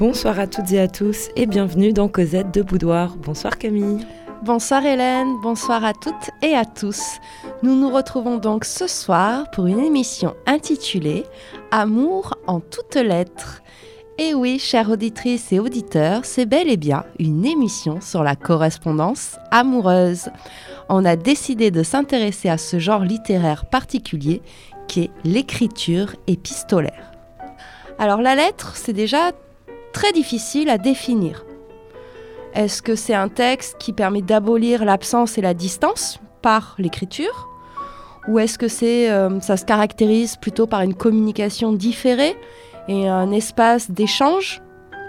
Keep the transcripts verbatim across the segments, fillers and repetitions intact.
Bonsoir à toutes et à tous et bienvenue dans Cosette de Boudoir. Bonsoir Camille. Bonsoir Hélène, bonsoir à toutes et à tous. Nous nous retrouvons donc ce soir pour une émission intitulée « Amour en toutes lettres ». Et oui, chères auditrices et auditeurs, c'est bel et bien une émission sur la correspondance amoureuse. On a décidé de s'intéresser à ce genre littéraire particulier qui est l'écriture épistolaire. Alors la lettre, c'est déjà très difficile à définir. Est-ce que c'est un texte qui permet d'abolir l'absence et la distance par l'écriture ? Ou est-ce que c'est, euh, ça se caractérise plutôt par une communication différée et un espace d'échange ?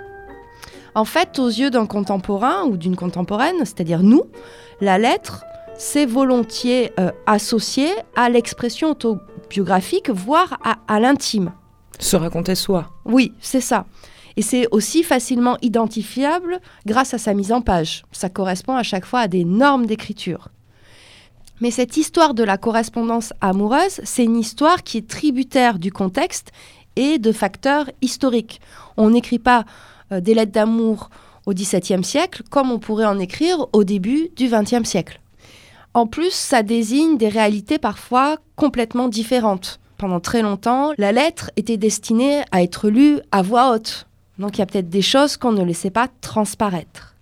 En fait, aux yeux d'un contemporain ou d'une contemporaine, c'est-à-dire nous, la lettre, c'est volontiers euh, associé à l'expression autobiographique, voire à, à l'intime. Se raconter soi. Oui, c'est ça. Et c'est aussi facilement identifiable grâce à sa mise en page. Ça correspond à chaque fois à des normes d'écriture. Mais cette histoire de la correspondance amoureuse, c'est une histoire qui est tributaire du contexte et de facteurs historiques. On n'écrit pas euh, des lettres d'amour au dix-septième siècle comme on pourrait en écrire au début du vingtième siècle. En plus, ça désigne des réalités parfois complètement différentes. Pendant très longtemps, la lettre était destinée à être lue à voix haute. Donc il y a peut-être des choses qu'on ne laissait pas transparaître.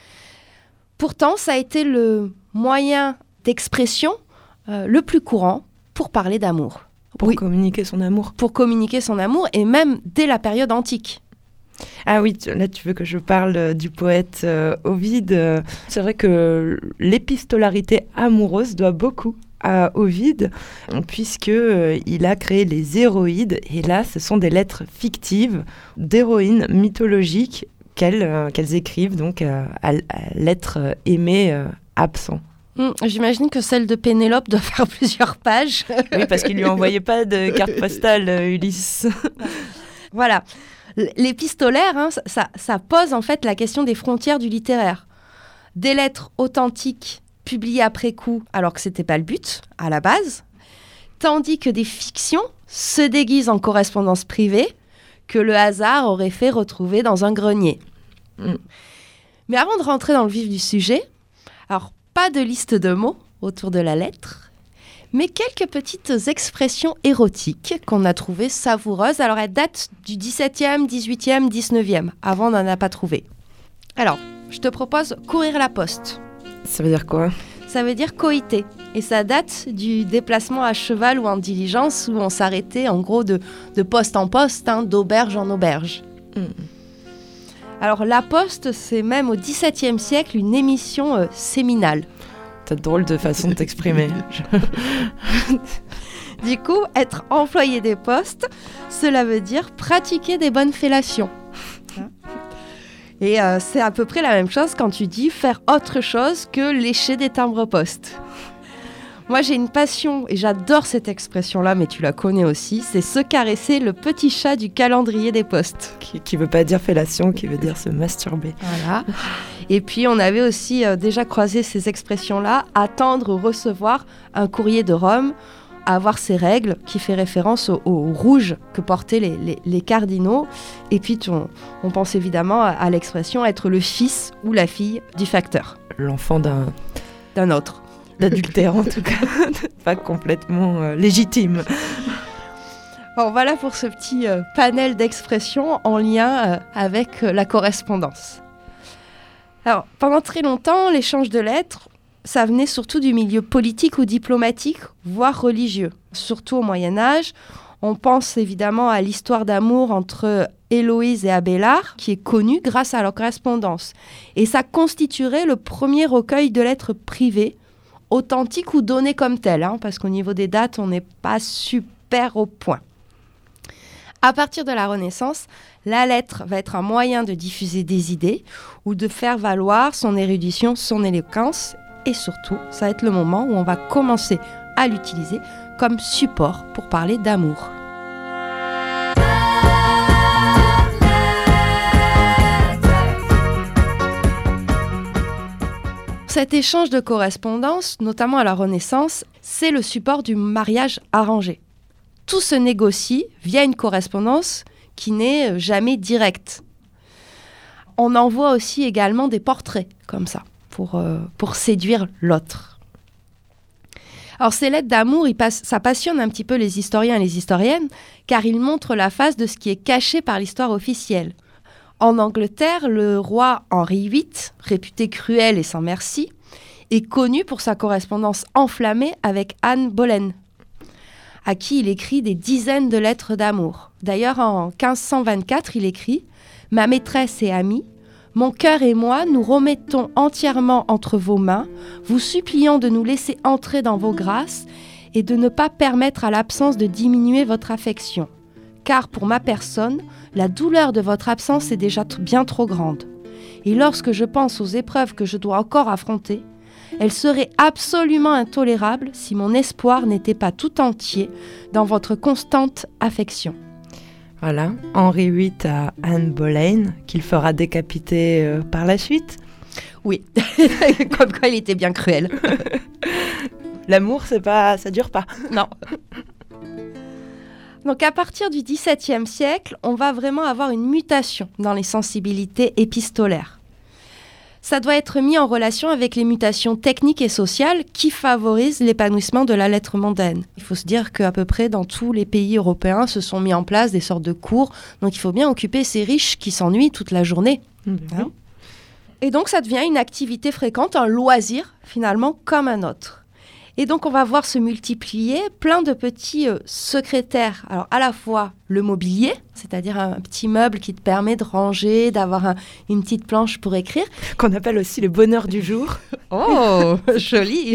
Pourtant, ça a été le moyen d'expression euh, le plus courant pour parler d'amour. Pour oui. communiquer son amour. Pour communiquer son amour, et même dès la période antique. Ah oui, là tu veux que je parle du poète euh, Ovide. C'est vrai que l'épistolarité amoureuse doit beaucoup à Ovide, puisqu'il euh, a créé les héroïdes, et là ce sont des lettres fictives d'héroïnes mythologiques qu'elles, euh, qu'elles écrivent donc euh, à, à l'être aimé euh, absent. Mmh, j'imagine que celle de Pénélope doit faire plusieurs pages. Oui, parce qu'il lui envoyait pas de carte postale, euh, Ulysse. Voilà. L'épistolaire, hein, ça, ça pose en fait la question des frontières du littéraire. Des lettres authentiques publiées après coup, alors que ce n'était pas le but, à la base, tandis que des fictions se déguisent en correspondance privée que le hasard aurait fait retrouver dans un grenier. Mm. Mais avant de rentrer dans le vif du sujet, alors pas de liste de mots autour de la lettre, mais quelques petites expressions érotiques qu'on a trouvées savoureuses. Alors elles datent du dix-septième, dix-huitième, dix-neuvième. Avant, on n'en a pas trouvé. Alors, je te propose courir la poste. Ça veut dire quoi ? Ça veut dire coïter. Et ça date du déplacement à cheval ou en diligence où on s'arrêtait en gros de, de poste en poste, hein, d'auberge en auberge. Mmh. Alors la poste, c'est même au dix-septième siècle une émission euh, séminale. T'as de drôle de façon de t'exprimer. Du coup, être employé des postes, cela veut dire pratiquer des bonnes fellations. Et euh, c'est à peu près la même chose quand tu dis faire autre chose que lécher des timbres-poste. Moi, j'ai une passion et j'adore cette expression-là, mais tu la connais aussi, c'est se caresser le petit chat du calendrier des postes. Qui, qui veut pas dire fellation, qui veut dire se masturber. Voilà. Et puis, on avait aussi euh, déjà croisé ces expressions-là, attendre ou recevoir un courrier de Rome, avoir ses règles, qui fait référence au, au rouge que portaient les, les, les cardinaux. Et puis, on, on pense évidemment à, à l'expression être le fils ou la fille du facteur. L'enfant d'un... D'un autre. D'adultère, en tout cas. Pas complètement euh, légitime. Bon, voilà pour ce petit euh, panel d'expressions en lien euh, avec euh, la correspondance. Alors, pendant très longtemps, l'échange de lettres, ça venait surtout du milieu politique ou diplomatique, voire religieux. Surtout au Moyen-Âge, on pense évidemment à l'histoire d'amour entre Héloïse et Abélard, qui est connue grâce à leur correspondance. Et ça constituerait le premier recueil de lettres privées, authentiques ou données comme telles, hein, parce qu'au niveau des dates, on n'est pas super au point. À partir de la Renaissance, la lettre va être un moyen de diffuser des idées ou de faire valoir son érudition, son éloquence. Et surtout, ça va être le moment où on va commencer à l'utiliser comme support pour parler d'amour. Cet échange de correspondance, notamment à la Renaissance, c'est le support du mariage arrangé. Tout se négocie via une correspondance qui n'est jamais directe. On envoie aussi également des portraits, comme ça, pour, euh, pour séduire l'autre. Alors, ces lettres d'amour, ils passe, ça passionne un petit peu les historiens et les historiennes, car ils montrent la face de ce qui est caché par l'histoire officielle. En Angleterre, le roi Henri huit, réputé cruel et sans merci, est connu pour sa correspondance enflammée avec Anne Boleyn, à qui il écrit des dizaines de lettres d'amour. D'ailleurs, en quinze cent vingt-quatre, il écrit « Ma maîtresse et amie, mon cœur et moi nous remettons entièrement entre vos mains, vous suppliant de nous laisser entrer dans vos grâces et de ne pas permettre à l'absence de diminuer votre affection. Car pour ma personne, la douleur de votre absence est déjà t- bien trop grande. Et lorsque je pense aux épreuves que je dois encore affronter, elle serait absolument intolérable si mon espoir n'était pas tout entier dans votre constante affection. » Voilà, Henri huit à Anne Boleyn, qu'il fera décapiter euh, par la suite. Oui, comme quoi il était bien cruel. L'amour, c'est pas, ça dure pas. Non. Donc à partir du dix-septième siècle, on va vraiment avoir une mutation dans les sensibilités épistolaires. Ça doit être mis en relation avec les mutations techniques et sociales qui favorisent l'épanouissement de la lettre mondaine. Il faut se dire qu'à peu près dans tous les pays européens se sont mis en place des sortes de cours, donc il faut bien occuper ces riches qui s'ennuient toute la journée. Mmh. Hein ? Et donc ça devient une activité fréquente, un loisir finalement comme un autre. Et donc, on va voir se multiplier plein de petits euh, secrétaires. Alors, à la fois le mobilier, c'est-à-dire un petit meuble qui te permet de ranger, d'avoir un, une petite planche pour écrire. Qu'on appelle aussi le bonheur du jour. Oh, joli.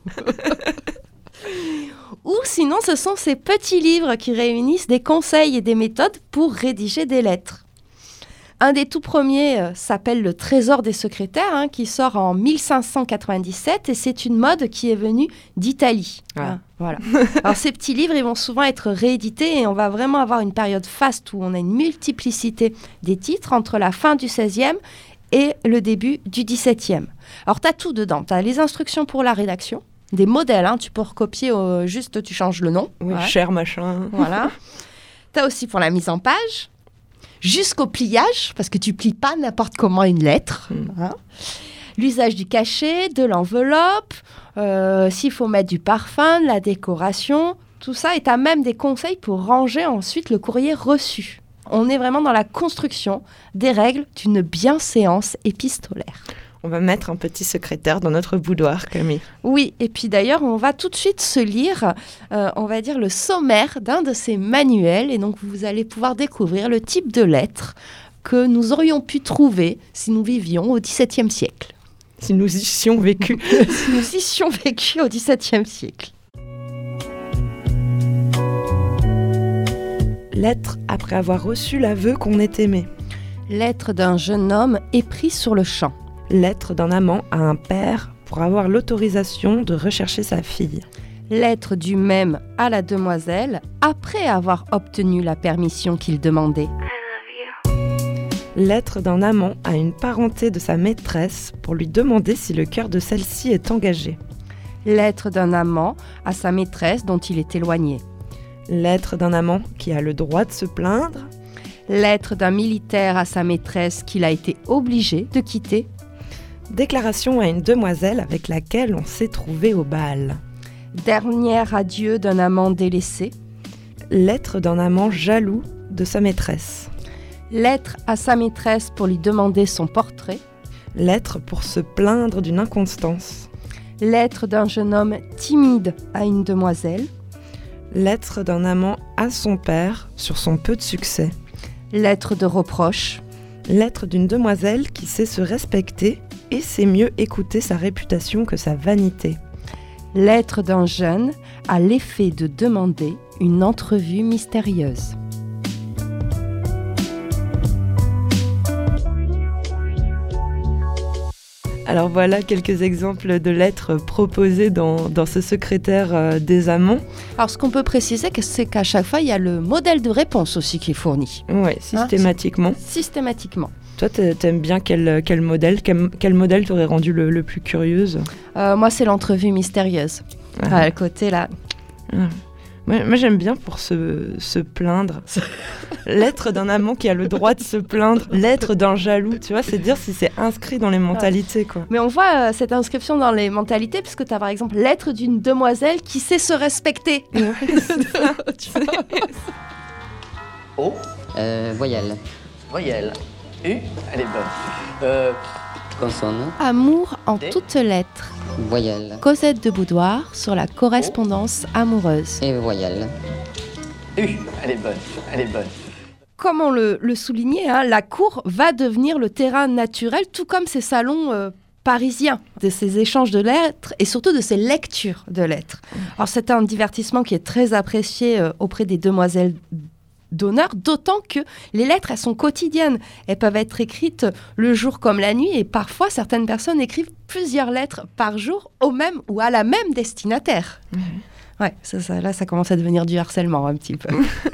Ou sinon, ce sont ces petits livres qui réunissent des conseils et des méthodes pour rédiger des lettres. Un des tout premiers euh, s'appelle le Trésor des secrétaires, hein, qui sort en mille cinq cent quatre-vingt-dix-sept, et c'est une mode qui est venue d'Italie. Ah. Hein, voilà. Alors ces petits livres, ils vont souvent être réédités et on va vraiment avoir une période faste où on a une multiplicité des titres entre la fin du seizième et le début du dix-septième. Alors tu as tout dedans, tu as les instructions pour la rédaction, des modèles, hein, tu peux recopier, euh, juste tu changes le nom. Oui, ouais. Cher machin. Voilà. Tu as aussi pour la mise en page, jusqu'au pliage, parce que tu plies pas n'importe comment une lettre. Mmh. Hein. L'usage du cachet, de l'enveloppe, euh, s'il faut mettre du parfum, de la décoration, tout ça. Et tu as même des conseils pour ranger ensuite le courrier reçu. On est vraiment dans la construction des règles d'une bienséance épistolaire. On va mettre un petit secrétaire dans notre boudoir, Camille. Oui, et puis d'ailleurs, on va tout de suite se lire, euh, on va dire, le sommaire d'un de ces manuels. Et donc, vous allez pouvoir découvrir le type de lettres que nous aurions pu trouver si nous vivions au dix-septième siècle. Si nous y étions vécus. Si nous y étions vécus au dix-septième siècle. Lettre après avoir reçu l'aveu qu'on est aimé. Lettre d'un jeune homme épris sur le champ. Lettre d'un amant à un père pour avoir l'autorisation de rechercher sa fille. Lettre du même à la demoiselle après avoir obtenu la permission qu'il demandait. Lettre d'un amant à une parenté de sa maîtresse pour lui demander si le cœur de celle-ci est engagé. Lettre d'un amant à sa maîtresse dont il est éloigné. Lettre d'un amant qui a le droit de se plaindre. Lettre d'un militaire à sa maîtresse qu'il a été obligé de quitter. Déclaration à une demoiselle avec laquelle on s'est trouvé au bal. Dernier adieu d'un amant délaissé. Lettre d'un amant jaloux de sa maîtresse. Lettre à sa maîtresse pour lui demander son portrait. Lettre pour se plaindre d'une inconstance. Lettre d'un jeune homme timide à une demoiselle. Lettre d'un amant à son père sur son peu de succès. Lettre de reproche. Lettre d'une demoiselle qui sait se respecter et sait mieux écouter sa réputation que sa vanité. Lettre d'un jeune à l'effet de demander une entrevue mystérieuse. Alors voilà quelques exemples de lettres proposées dans, dans ce secrétaire euh, des amants. Alors ce qu'on peut préciser, c'est qu'à chaque fois, il y a le modèle de réponse aussi qui est fourni. Oui, systématiquement. Hein, systématiquement. Toi, t'aimes bien quel, quel modèle Quel, quel modèle t'aurait rendu le, le plus curieuse? euh, Moi, c'est l'entrevue mystérieuse. Ah. Ah, le côté là. Ah. Moi, moi, j'aime bien pour se, se plaindre. L'être d'un amant qui a le droit de se plaindre. L'être d'un jaloux, tu vois, c'est dire si c'est inscrit dans les mentalités, quoi. Mais on voit euh, cette inscription dans les mentalités, puisque tu as par exemple l'être d'une demoiselle qui sait se respecter. Ouais, c'est ça. Tu vois. O, Euh, voyelle. voyelle. U, elle est bonne. Euh, Consonne. Amour en D. toutes lettres. Voyelle. Cosette de Boudoir sur la correspondance amoureuse. Et voyelle. U, elle est bonne. Elle est bonne. Comme on le, le soulignait, hein, la cour va devenir le terrain naturel, tout comme ces salons euh, parisiens, de ces échanges de lettres et surtout de ces lectures de lettres. Alors c'est un divertissement qui est très apprécié euh, auprès des demoiselles d'honneur, d'autant que les lettres, elles sont quotidiennes. Elles peuvent être écrites le jour comme la nuit et parfois certaines personnes écrivent plusieurs lettres par jour au même ou à la même destinataire. Mmh. Ouais, ça, ça, là, ça commence à devenir du harcèlement un petit peu.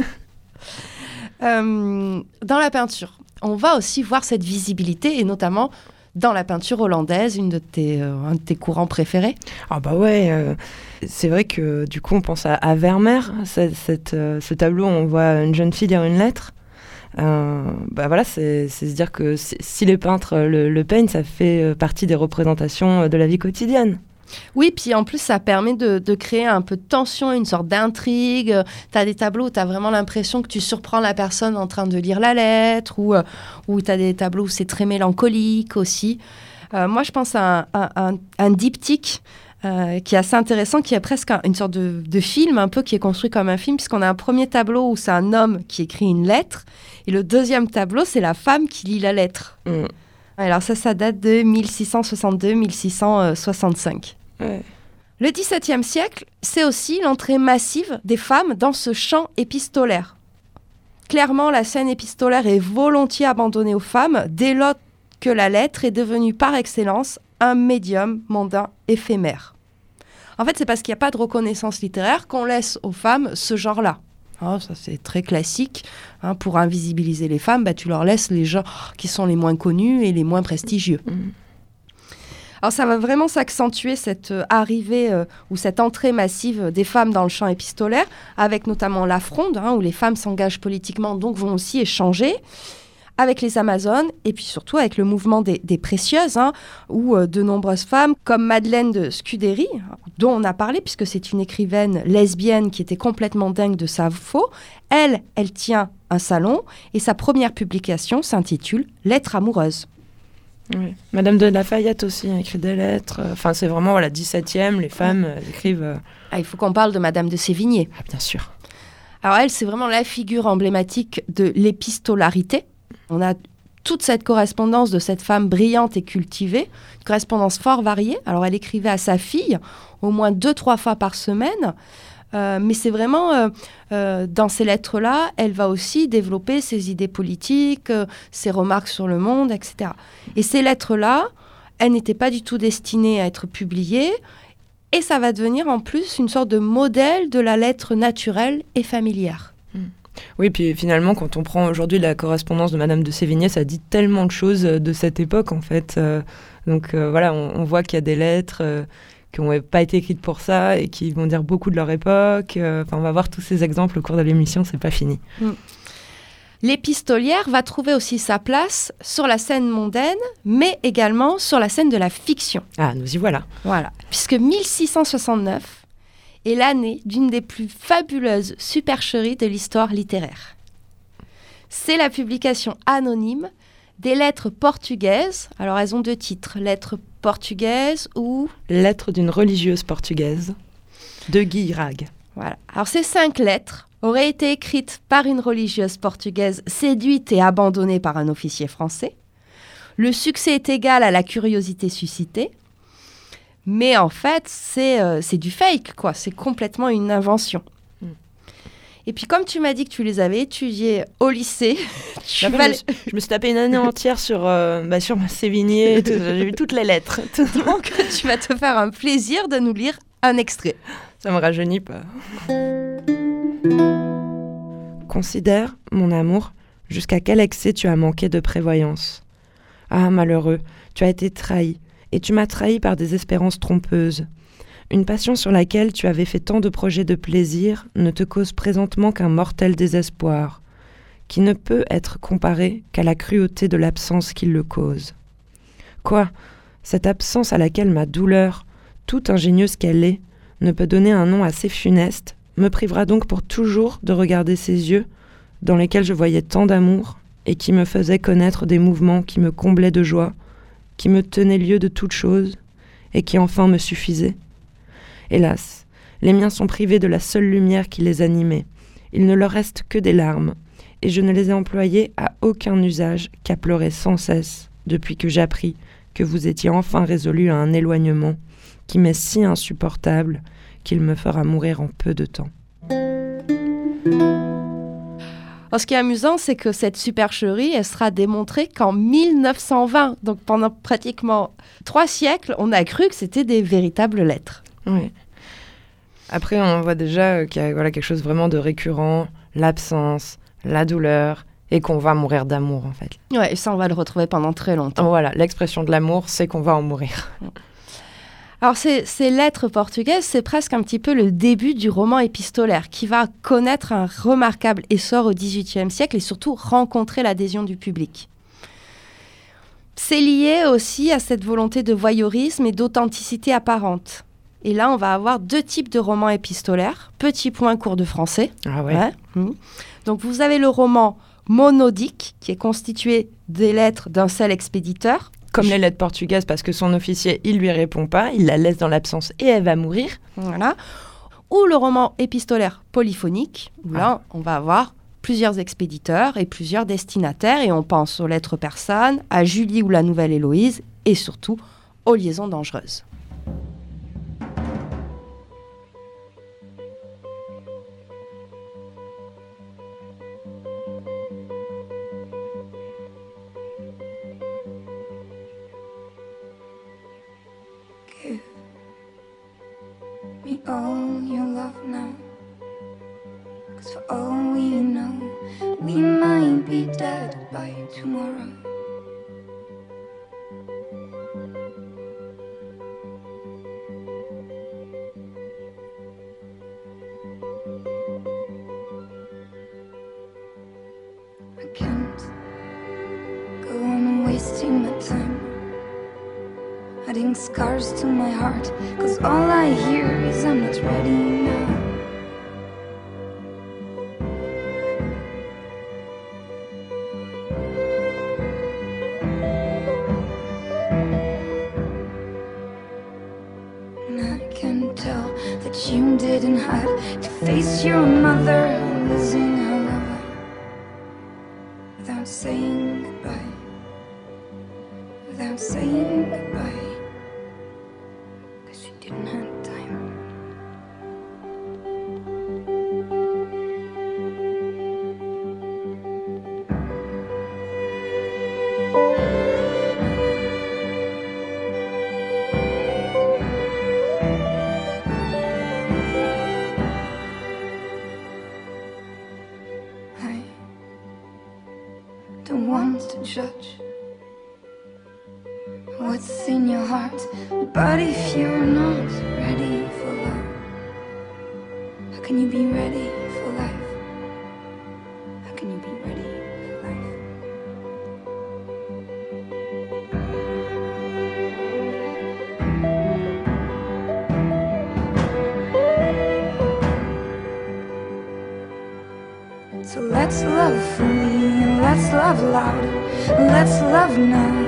euh, dans la peinture, on va aussi voir cette visibilité et notamment dans la peinture hollandaise, une de tes, euh, un de tes courants préférés. Ah bah ouais, euh, c'est vrai que du coup on pense à, à Vermeer, cette, cette, euh, ce tableau où on voit une jeune fille lire une lettre. Euh, bah voilà, c'est, c'est se dire que si, si les peintres le, le peignent, ça fait euh, partie des représentations de la vie quotidienne. Oui, puis en plus, ça permet de, de créer un peu de tension, une sorte d'intrigue. Tu as des tableaux où tu as vraiment l'impression que tu surprends la personne en train de lire la lettre, ou, euh, ou tu as des tableaux où c'est très mélancolique aussi. Euh, moi, je pense à un, un, un, un diptyque euh, qui est assez intéressant, qui est presque un, une sorte de, de film, un peu qui est construit comme un film, puisqu'on a un premier tableau où c'est un homme qui écrit une lettre, et le deuxième tableau, c'est la femme qui lit la lettre. Mmh. Alors ça, ça date de mille six cent soixante-deux mille six cent soixante-cinq. Ouais. Le dix-septième siècle, c'est aussi l'entrée massive des femmes dans ce champ épistolaire. Clairement, la scène épistolaire est volontiers abandonnée aux femmes dès lors que la lettre est devenue par excellence un médium mondain éphémère. En fait, c'est parce qu'il n'y a pas de reconnaissance littéraire qu'on laisse aux femmes ce genre-là. Hein, ça, c'est très classique. Hein, pour invisibiliser les femmes, bah, tu leur laisses les genres qui sont les moins connus et les moins prestigieux. Mmh. Alors ça va vraiment s'accentuer, cette euh, arrivée euh, ou cette entrée massive des femmes dans le champ épistolaire, avec notamment la Fronde, hein, où les femmes s'engagent politiquement, donc vont aussi échanger, avec les Amazones, et puis surtout avec le mouvement des, des Précieuses, hein, où euh, de nombreuses femmes, comme Madeleine de Scudéry, dont on a parlé, puisque c'est une écrivaine lesbienne qui était complètement dingue de Sappho, elle, elle tient un salon, et sa première publication s'intitule « Lettres amoureuses ». Oui. Madame de Lafayette aussi a écrit des lettres. Enfin, c'est vraiment voilà, dix-septième, les femmes euh, écrivent... Euh... Ah, il faut qu'on parle de Madame de Sévigné. Ah, bien sûr. Alors elle, c'est vraiment la figure emblématique de l'épistolarité. On a toute cette correspondance de cette femme brillante et cultivée, une correspondance fort variée. Alors elle écrivait à sa fille au moins deux, trois fois par semaine. Euh, mais c'est vraiment, euh, euh, dans ces lettres-là, elle va aussi développer ses idées politiques, euh, ses remarques sur le monde, et cetera. Et ces lettres-là, elles n'étaient pas du tout destinées à être publiées, et ça va devenir en plus une sorte de modèle de la lettre naturelle et familière. Oui, puis finalement, quand on prend aujourd'hui la correspondance de Madame de Sévigné, ça dit tellement de choses de cette époque, en fait. Euh, donc euh, voilà, on, on voit qu'il y a des lettres... Euh, qui n'ont pas été écrites pour ça et qui vont dire beaucoup de leur époque. Euh, on va voir tous ces exemples au cours de l'émission, c'est pas fini. Mm. L'épistolière va trouver aussi sa place sur la scène mondaine, mais également sur la scène de la fiction. Ah, nous y voilà. Voilà, puisque mille six cent soixante-neuf est l'année d'une des plus fabuleuses supercheries de l'histoire littéraire. C'est la publication anonyme des lettres portugaises. Alors, elles ont deux titres, lettres portugaises ou... Lettres d'une religieuse portugaise, de Guy Rag. Voilà. Alors, ces cinq lettres auraient été écrites par une religieuse portugaise séduite et abandonnée par un officier français. Le succès est égal à la curiosité suscitée. Mais en fait, c'est, euh, c'est du fake, quoi. C'est complètement une invention. Mm. Et puis, comme tu m'as dit que tu les avais étudiées au lycée... tu vas... je, me suis, je me suis tapé une année entière sur, euh, bah, sur Sévigné. Et tout, j'ai vu toutes les lettres. Donc, tu vas te faire un plaisir de nous lire un extrait. Ça me rajeunit pas. Considère, mon amour, jusqu'à quel excès tu as manqué de prévoyance. Ah, malheureux, tu as été trahi. Et tu m'as trahi par des espérances trompeuses. Une passion sur laquelle tu avais fait tant de projets de plaisir ne te cause présentement qu'un mortel désespoir, qui ne peut être comparé qu'à la cruauté de l'absence qu'il le cause. Quoi, cette absence à laquelle ma douleur, toute ingénieuse qu'elle est, ne peut donner un nom assez funeste, me privera donc pour toujours de regarder ces yeux, dans lesquels je voyais tant d'amour, et qui me faisaient connaître des mouvements qui me comblaient de joie, qui me tenaient lieu de toute chose, et qui enfin me suffisaient. Hélas, les miens sont privés de la seule lumière qui les animait. Il ne leur reste que des larmes, et je ne les ai employées à aucun usage qu'à pleurer sans cesse, depuis que j'appris que vous étiez enfin résolu à un éloignement qui m'est si insupportable qu'il me fera mourir en peu de temps. Alors, ce qui est amusant, c'est que cette supercherie, elle sera démontrée qu'en mille neuf cent vingt. Donc pendant pratiquement trois siècles, on a cru que c'était des véritables lettres. Oui. Après, on voit déjà qu'il y a voilà, quelque chose vraiment de récurrent, l'absence, la douleur, et qu'on va mourir d'amour, en fait. Ouais, et ça, on va le retrouver pendant très longtemps. Voilà, l'expression de l'amour, c'est qu'on va en mourir. Alors, ces, ces lettres portugaises, c'est presque un petit peu le début du roman épistolaire qui va connaître un remarquable essor au dix-huitième siècle et surtout rencontrer l'adhésion du public. C'est lié aussi à cette volonté de voyeurisme et d'authenticité apparente. Et là, on va avoir deux types de romans épistolaires. Petit point cours de français. Ah ouais. ouais. Mmh. Donc, vous avez le roman monodique, qui est constitué des lettres d'un seul expéditeur. Comme les lettres portugaises, parce que son officier, il lui répond pas, il la laisse dans l'absence et elle va mourir. Voilà. Ou le roman épistolaire polyphonique, où là, on va avoir plusieurs expéditeurs et plusieurs destinataires, et on pense aux lettres persanes, à Julie ou la Nouvelle Héloïse, et surtout aux liaisons dangereuses. Me all your love now, 'cause for all we know, we might be dead by tomorrow. I can't go on wasting my time, adding scars to my heart, 'cause all I hear is I'm not ready now. And I can tell that you didn't have to face your mother losing her lover without saying goodbye, without saying goodbye. Didn't have time. I don't want to judge what's in your heart, but if you're not ready for love, how can you be ready for life? How can you be ready for life? So let's love fully and let's love loud, let's love now.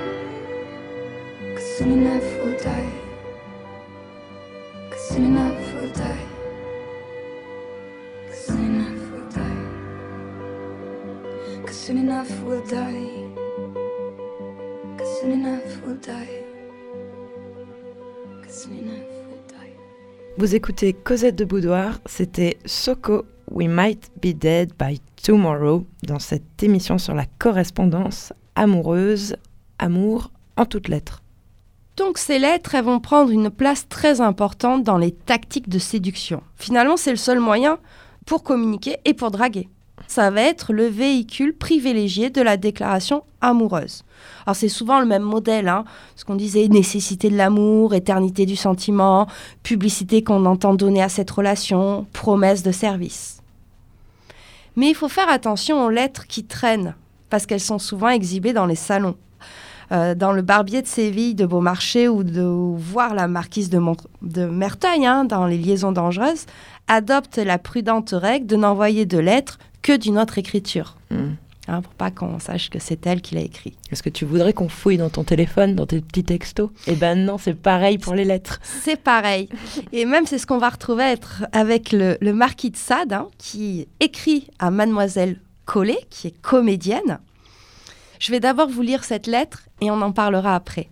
Soon enough we'll die, 'cause soon enough we'll die, 'cause soon enough we'll die, 'cause soon enough we'll die, 'cause soon enough we'll die, 'cause soon enough we'll die. Vous écoutez Cosette de Boudoir, c'était Soko, We Might Be Dead by Tomorrow, dans cette émission sur la correspondance amoureuse, amour en toutes lettres. Donc ces lettres, elles vont prendre une place très importante dans les tactiques de séduction. Finalement, c'est le seul moyen pour communiquer et pour draguer. ça va être le véhicule privilégié de la déclaration amoureuse. Alors c'est souvent le même modèle, hein, ce qu'on disait, nécessité de l'amour, éternité du sentiment, publicité qu'on entend donner à cette relation, promesse de service. Mais il faut faire attention aux lettres qui traînent, parce qu'elles sont souvent exhibées dans les salons. Euh, dans le Barbier de Séville de Beaumarchais ou de ou voir la marquise de, Mont- de Merteuil, hein, dans les Liaisons dangereuses, adopte la prudente règle de n'envoyer de lettres que d'une autre écriture. Mmh. Hein, pour pas qu'on sache que c'est elle qui l'a écrit. Est-ce que tu voudrais qu'on fouille dans ton téléphone, dans tes petits textos ? Eh ben non, c'est pareil pour les lettres. C'est pareil. Et même, c'est ce qu'on va retrouver être avec le, le marquis de Sade, hein, qui écrit à Mademoiselle Collet, qui est comédienne. Je vais d'abord vous lire cette lettre et on en parlera après.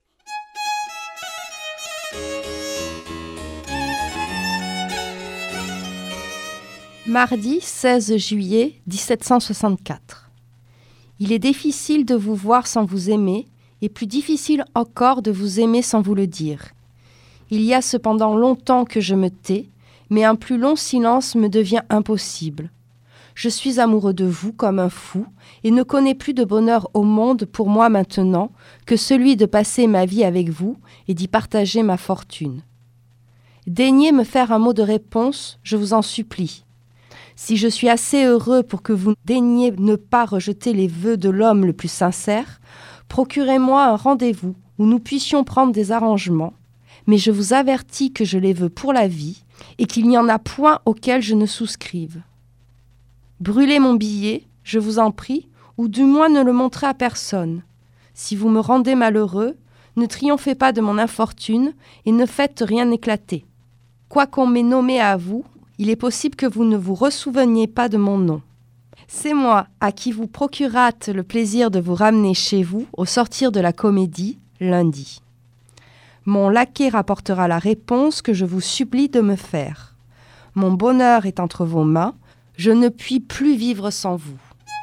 Mardi seize juillet dix-sept cent soixante-quatre. Il est difficile de vous voir sans vous aimer, et plus difficile encore de vous aimer sans vous le dire. Il y a cependant longtemps que je me tais, mais un plus long silence me devient impossible. Je suis amoureux de vous comme un fou, et ne connais plus de bonheur au monde pour moi maintenant que celui de passer ma vie avec vous et d'y partager ma fortune. Daignez me faire un mot de réponse, je vous en supplie. Si je suis assez heureux pour que vous daigniez ne pas rejeter les vœux de l'homme le plus sincère, procurez-moi un rendez-vous où nous puissions prendre des arrangements, mais je vous avertis que je les veux pour la vie et qu'il n'y en a point auquel je ne souscrive. Brûlez mon billet, je vous en prie, ou du moins ne le montrez à personne. Si vous me rendez malheureux, ne triomphez pas de mon infortune et ne faites rien éclater. Quoiqu'on m'ait nommé à vous, il est possible que vous ne vous ressouveniez pas de mon nom. C'est moi à qui vous procurâtes le plaisir de vous ramener chez vous au sortir de la comédie, lundi. Mon laquais rapportera la réponse que je vous supplie de me faire. Mon bonheur est entre vos mains, je ne puis plus vivre sans vous.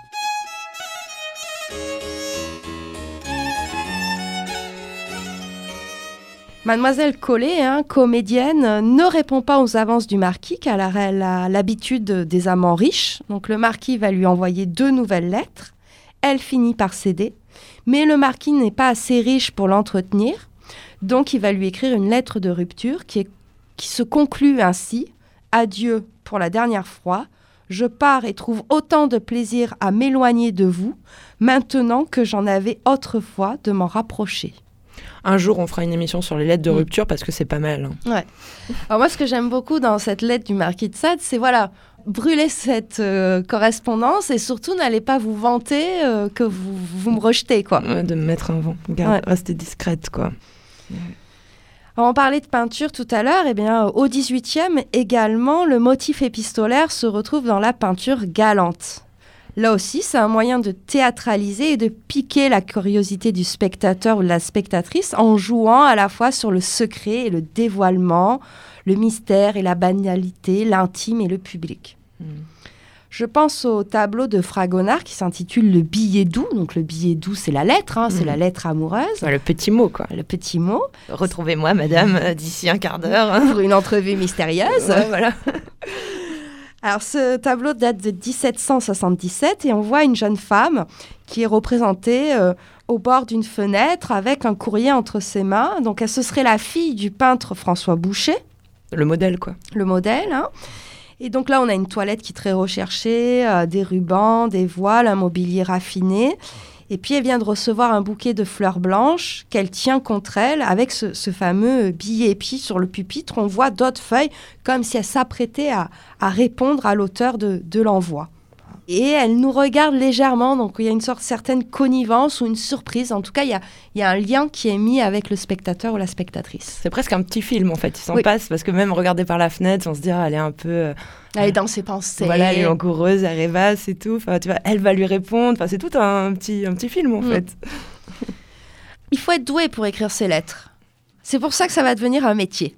Mademoiselle Collet, hein, comédienne, ne répond pas aux avances du marquis car elle a l'habitude des amants riches. Donc le marquis va lui envoyer deux nouvelles lettres. Elle finit par céder, mais le marquis n'est pas assez riche pour l'entretenir. Donc il va lui écrire une lettre de rupture qui, est, qui se conclut ainsi. Adieu pour la dernière fois. Je pars et trouve autant de plaisir à m'éloigner de vous, maintenant que j'en avais autrefois de m'en rapprocher. Un jour, on fera une émission sur les lettres de rupture parce que c'est pas mal. Hein. Ouais. Alors moi, ce que j'aime beaucoup dans cette lettre du marquis de Sade, c'est voilà, brûler cette euh, correspondance et surtout n'allez pas vous vanter euh, que vous, vous me rejetez, quoi. Ouais, de me mettre un vent. Garde, ouais. Rester discrète, quoi. Ouais. Alors, on parlait de peinture tout à l'heure. Eh bien, au dix-huitième, également, le motif épistolaire se retrouve dans la peinture galante. Là aussi, c'est un moyen de théâtraliser et de piquer la curiosité du spectateur ou de la spectatrice en jouant à la fois sur le secret et le dévoilement, le mystère et la banalité, l'intime et le public. Mmh. Je pense au tableau de Fragonard qui s'intitule « Le billet doux ». Donc, le billet doux, c'est la lettre, hein, mmh. c'est la lettre amoureuse. Ouais, le petit mot, quoi. Le petit mot. Retrouvez-moi, madame, euh, d'ici un quart d'heure. Hein. Pour une entrevue mystérieuse. Ouais, voilà. Alors, ce tableau date de dix-sept cent soixante-dix-sept et on voit une jeune femme qui est représentée euh, au bord d'une fenêtre avec un courrier entre ses mains. Donc, elle, ce serait la fille du peintre François Boucher. Le modèle, quoi. Le modèle, hein. Et donc là, on a une toilette qui est très recherchée, euh, des rubans, des voiles, un mobilier raffiné. Et puis, elle vient de recevoir un bouquet de fleurs blanches qu'elle tient contre elle avec ce, ce fameux billet. Et puis, sur le pupitre, on voit d'autres feuilles comme si elle s'apprêtait à, à répondre à l'auteur de, de l'envoi. Et elle nous regarde légèrement, donc il y a une sorte certaine connivence ou une surprise. En tout cas, il y a, il y a un lien qui est mis avec le spectateur ou la spectatrice. C'est presque un petit film, en fait. Il s'en oui. passe, parce que même regarder par la fenêtre, on se dit, ah, elle est un peu... Euh, elle est dans ses pensées. Voilà, elle est langoureuse, elle rêvasse et tout. Enfin, tu vois, elle va lui répondre. Enfin, c'est tout un petit, un petit film, en mm. fait. Il faut être doué pour écrire ses lettres. C'est pour ça que ça va devenir un métier.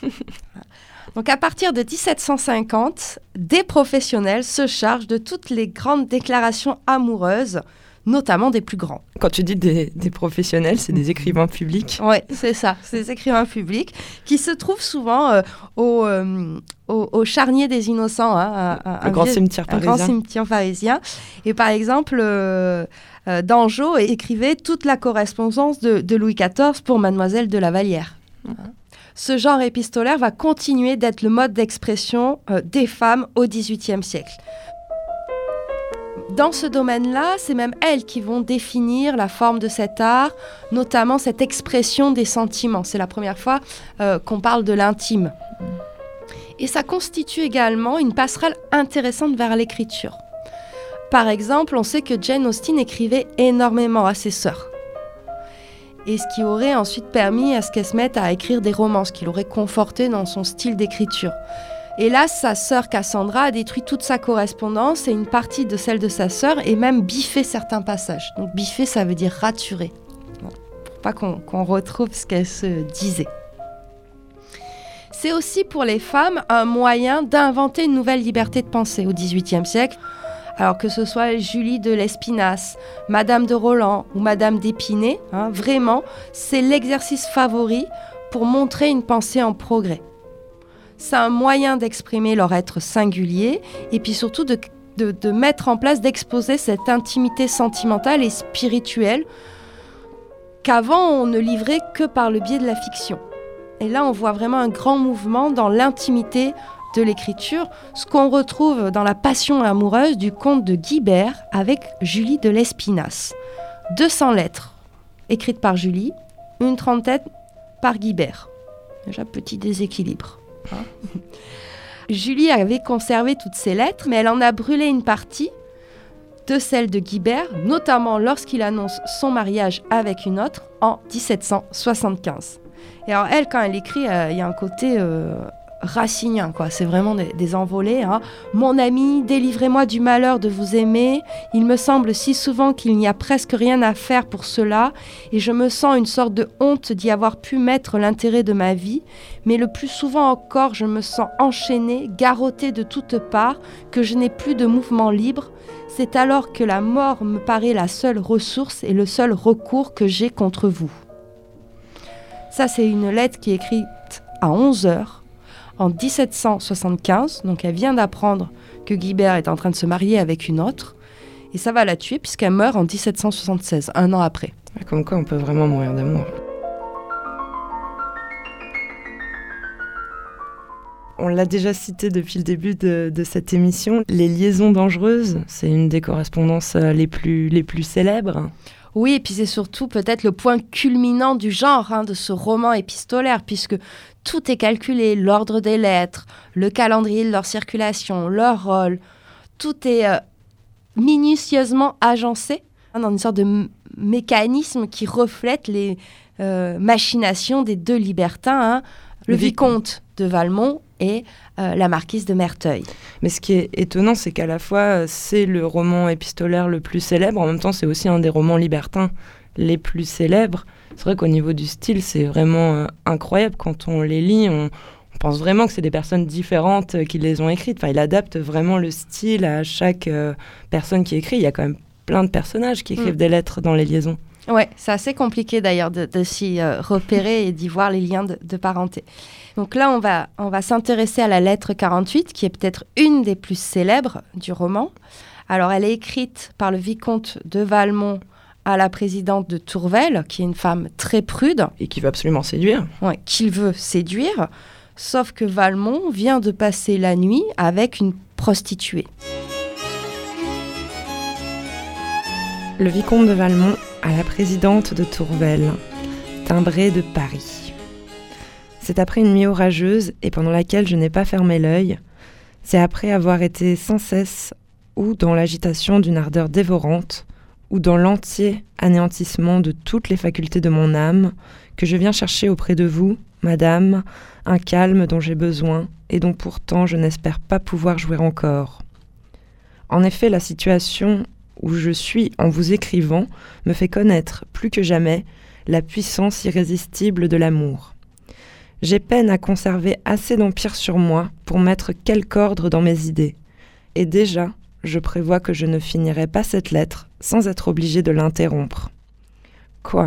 Donc, à partir de dix-sept cent cinquante, des professionnels se chargent de toutes les grandes déclarations amoureuses notamment des plus grands. Quand tu dis des, des professionnels, c'est des écrivains publics. Oui, c'est ça, c'est des écrivains publics qui se trouvent souvent euh, au, euh, au, au Charnier des Innocents, hein, un, un, le grand vieux, cimetière parisien. Un grand cimetière parisien. Et par exemple, euh, euh, Dangeau écrivait toute la correspondance de, de Louis quatorze pour Mademoiselle de la Vallière. Mmh. Ce genre épistolaire va continuer d'être le mode d'expression euh, des femmes au dix-huitième siècle. Dans ce domaine-là, c'est même elles qui vont définir la forme de cet art, notamment cette expression des sentiments. C'est la première fois euh, qu'on parle de l'intime. Et ça constitue également une passerelle intéressante vers l'écriture. Par exemple, on sait que Jane Austen écrivait énormément à ses sœurs. Et ce qui aurait ensuite permis à ce qu'elle se mette à écrire des romans, ce qui l'aurait conforté dans son style d'écriture. Et là, sa sœur Cassandra a détruit toute sa correspondance et une partie de celle de sa sœur et même biffé certains passages. Donc biffer, ça veut dire raturer, bon, pour pas qu'on, qu'on retrouve ce qu'elle se disait. C'est aussi pour les femmes un moyen d'inventer une nouvelle liberté de pensée au dix-huitième siècle. Alors que ce soit Julie de Lespinasse, Madame de Roland ou Madame d'Épinay, hein, vraiment, c'est l'exercice favori pour montrer une pensée en progrès. C'est un moyen d'exprimer leur être singulier et puis surtout de, de, de mettre en place, d'exposer cette intimité sentimentale et spirituelle qu'avant on ne livrait que par le biais de la fiction. Et là, on voit vraiment un grand mouvement dans l'intimité de l'écriture, ce qu'on retrouve dans la passion amoureuse du comte de Guibert avec Julie de Lespinasse. deux cents lettres écrites par Julie, une trentaine par Guibert. Déjà, petit déséquilibre. Hein. Julie avait conservé toutes ces lettres, mais elle en a brûlé une partie de celles de Guibert, notamment lorsqu'il annonce son mariage avec une autre en dix-sept cent soixante-quinze. Et alors elle, quand elle écrit, il euh, y a un côté euh, racinien, quoi. C'est vraiment des, des envolées. Hein. Mon ami, délivrez-moi du malheur de vous aimer. Il me semble si souvent qu'il n'y a presque rien à faire pour cela, et je me sens une sorte de honte d'y avoir pu mettre l'intérêt de ma vie. Mais le plus souvent encore, je me sens enchaînée, garrottée de toutes parts, que je n'ai plus de mouvement libre. C'est alors que la mort me paraît la seule ressource et le seul recours que j'ai contre vous. Ça, c'est une lettre qui est écrite à onze heures en dix-sept cent soixante-quinze. Donc, elle vient d'apprendre que Guibert est en train de se marier avec une autre. Et ça va la tuer puisqu'elle meurt en dix-sept cent soixante-seize, un an après. Comme quoi, on peut vraiment mourir d'amour. On l'a déjà cité depuis le début de, de cette émission. Les liaisons dangereuses, c'est une des correspondances les plus, les plus célèbres. Oui, et puis c'est surtout peut-être le point culminant du genre, hein, de ce roman épistolaire, puisque tout est calculé, l'ordre des lettres, le calendrier de leur circulation, leur rôle, tout est euh, minutieusement agencé hein, dans une sorte de m- mécanisme qui reflète les euh, machinations des deux libertins, hein, le, le vicomte de Valmont et euh, la marquise de Merteuil. Mais ce qui est étonnant, c'est qu'à la fois, c'est le roman épistolaire le plus célèbre, en même temps, c'est aussi un des romans libertins les plus célèbres. C'est vrai qu'au niveau du style, c'est vraiment euh, incroyable. Quand on les lit, on, on pense vraiment que c'est des personnes différentes euh, qui les ont écrites. Enfin, il adapte vraiment le style à chaque euh, personne qui écrit. Il y a quand même plein de personnages qui écrivent mmh. des lettres dans les liaisons. Ouais, c'est assez compliqué d'ailleurs de, de s'y euh, repérer et d'y voir les liens de, de parenté. Donc là, on va, on va s'intéresser à la lettre quarante-huit, qui est peut-être une des plus célèbres du roman. Alors, elle est écrite par le vicomte de Valmont à la présidente de Tourvel, qui est une femme très prude. Et qui veut absolument séduire. Ouais, qu'il veut séduire, sauf que Valmont vient de passer la nuit avec une prostituée. Le vicomte de Valmont à la présidente de Tourvel, timbré de Paris. C'est après une nuit orageuse et pendant laquelle je n'ai pas fermé l'œil. C'est après avoir été sans cesse ou dans l'agitation d'une ardeur dévorante ou dans l'entier anéantissement de toutes les facultés de mon âme que je viens chercher auprès de vous, madame, un calme dont j'ai besoin et dont pourtant je n'espère pas pouvoir jouir encore. En effet, la situation où je suis en vous écrivant me fait connaître plus que jamais la puissance irrésistible de l'amour. J'ai peine à conserver assez d'empire sur moi pour mettre quelque ordre dans mes idées. Et déjà, je prévois que je ne finirai pas cette lettre sans être obligée de l'interrompre. Quoi ?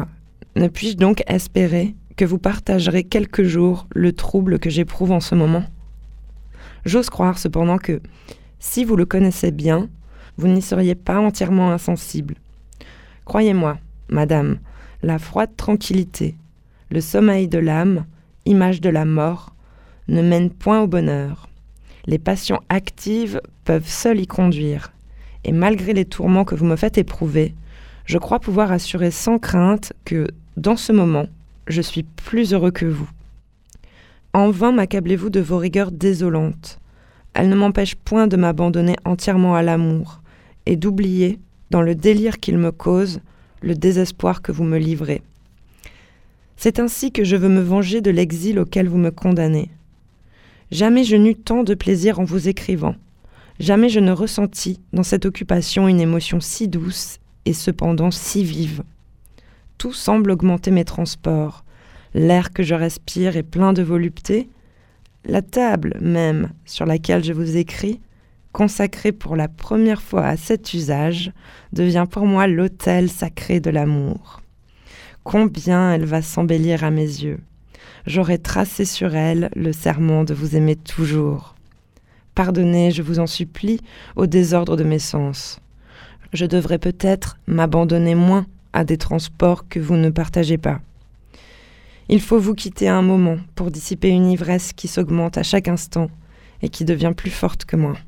Ne puis-je donc espérer que vous partagerez quelques jours le trouble que j'éprouve en ce moment ? J'ose croire cependant que, si vous le connaissez bien, vous n'y seriez pas entièrement insensible. Croyez-moi, madame, la froide tranquillité, le sommeil de l'âme, image de la mort, ne mènent point au bonheur. Les passions actives peuvent seules y conduire, et malgré les tourments que vous me faites éprouver, je crois pouvoir assurer sans crainte que, dans ce moment, je suis plus heureux que vous. En vain m'accablez-vous de vos rigueurs désolantes. Elles ne m'empêchent point de m'abandonner entièrement à l'amour, et d'oublier, dans le délire qu'il me cause, le désespoir que vous me livrez. C'est ainsi que je veux me venger de l'exil auquel vous me condamnez. Jamais je n'eus tant de plaisir en vous écrivant. Jamais je ne ressentis dans cette occupation une émotion si douce et cependant si vive. Tout semble augmenter mes transports. L'air que je respire est plein de volupté. La table même sur laquelle je vous écris, consacrée pour la première fois à cet usage, devient pour moi l'autel sacré de l'amour. Combien elle va s'embellir à mes yeux. J'aurai tracé sur elle le serment de vous aimer toujours. Pardonnez, je vous en supplie, au désordre de mes sens. Je devrais peut-être m'abandonner moins à des transports que vous ne partagez pas. Il faut vous quitter un moment pour dissiper une ivresse qui s'augmente à chaque instant et qui devient plus forte que moi.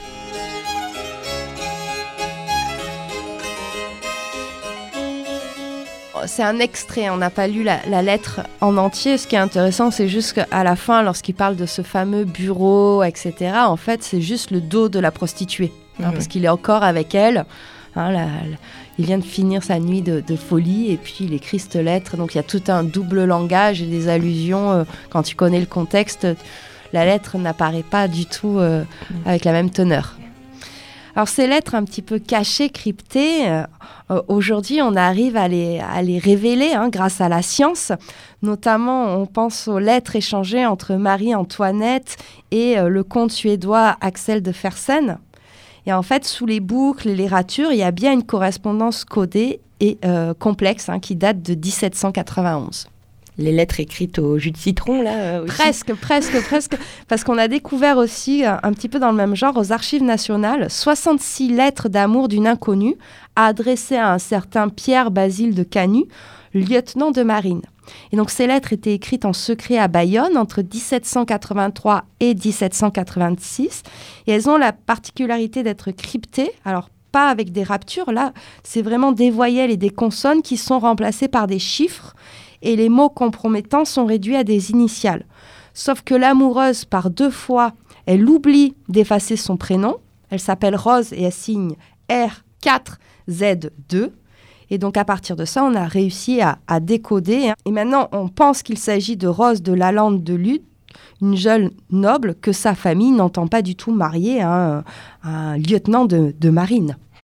C'est un extrait, on n'a pas lu la, la lettre en entier. Ce qui est intéressant, c'est juste qu'à la fin, lorsqu'il parle de ce fameux bureau, et cetera, en fait, c'est juste le dos de la prostituée, hein, mmh. parce qu'il est encore avec elle. Hein, la, la, il vient de finir sa nuit de, de folie et puis il écrit cette lettre. Donc il y a tout un double langage et des allusions. Euh, quand tu connais le contexte, la lettre n'apparaît pas du tout euh, mmh. avec la même teneur. Alors ces lettres un petit peu cachées, cryptées, euh, aujourd'hui on arrive à les, à les révéler hein, grâce à la science. Notamment on pense aux lettres échangées entre Marie-Antoinette et euh, le comte suédois Axel de Fersen. Et en fait sous les boucles et les ratures, il y a bien une correspondance codée et euh, complexe hein, qui date de dix-sept cent quatre-vingt-onze. Les lettres écrites au jus de citron, là euh, aussi. Presque, presque, presque. Parce qu'on a découvert aussi, un, un petit peu dans le même genre, aux Archives nationales, soixante-six lettres d'amour d'une inconnue adressées à un certain Pierre Basile de Canu, lieutenant de marine. Et donc ces lettres étaient écrites en secret à Bayonne entre dix-sept cent quatre-vingt-trois et dix-sept cent quatre-vingt-six. Et elles ont la particularité d'être cryptées. Alors, pas avec des raptures, là, c'est vraiment des voyelles et des consonnes qui sont remplacées par des chiffres. Et les mots compromettants sont réduits à des initiales. Sauf que l'amoureuse, par deux fois, elle oublie d'effacer son prénom. Elle s'appelle Rose et elle signe R quatre Z deux. Et donc, à partir de ça, on a réussi à, à décoder. Hein. Et maintenant, on pense qu'il s'agit de Rose de Lalande de Lud, une jeune noble que sa famille n'entend pas du tout marier à un, à un lieutenant de, de marine.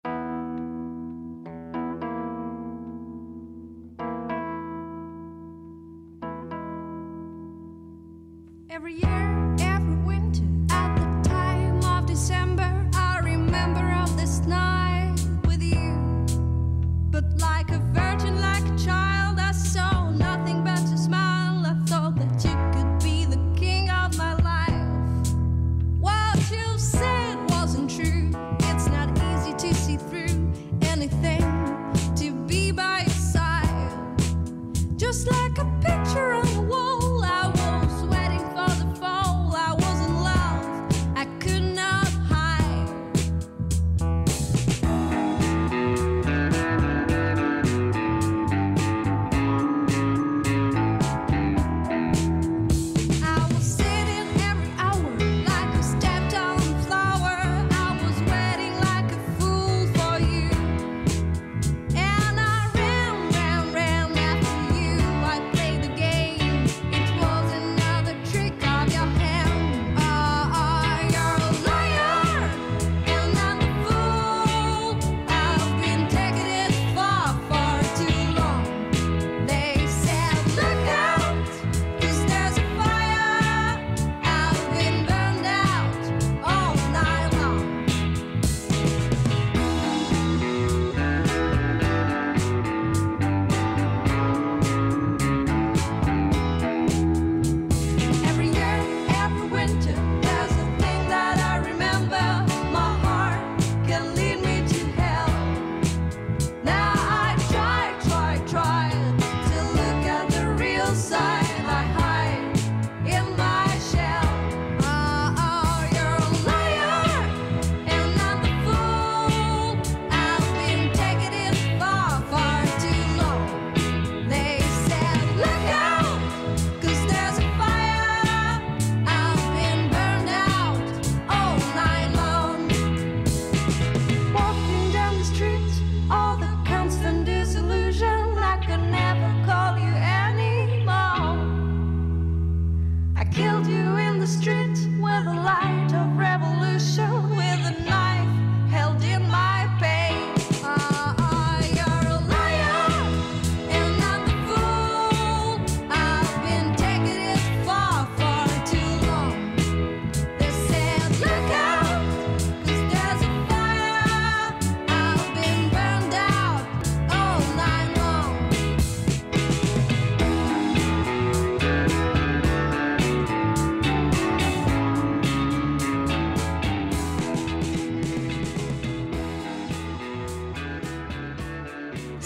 Every year, every winter, at the time of December, I remember of this night with you. But like a virgin, like a child, I saw nothing but a smile. I thought that you could be the king of my life. What you said wasn't true. It's not easy to see through anything, to be by your side. Just like a picture on the wall, I was waiting for the fall.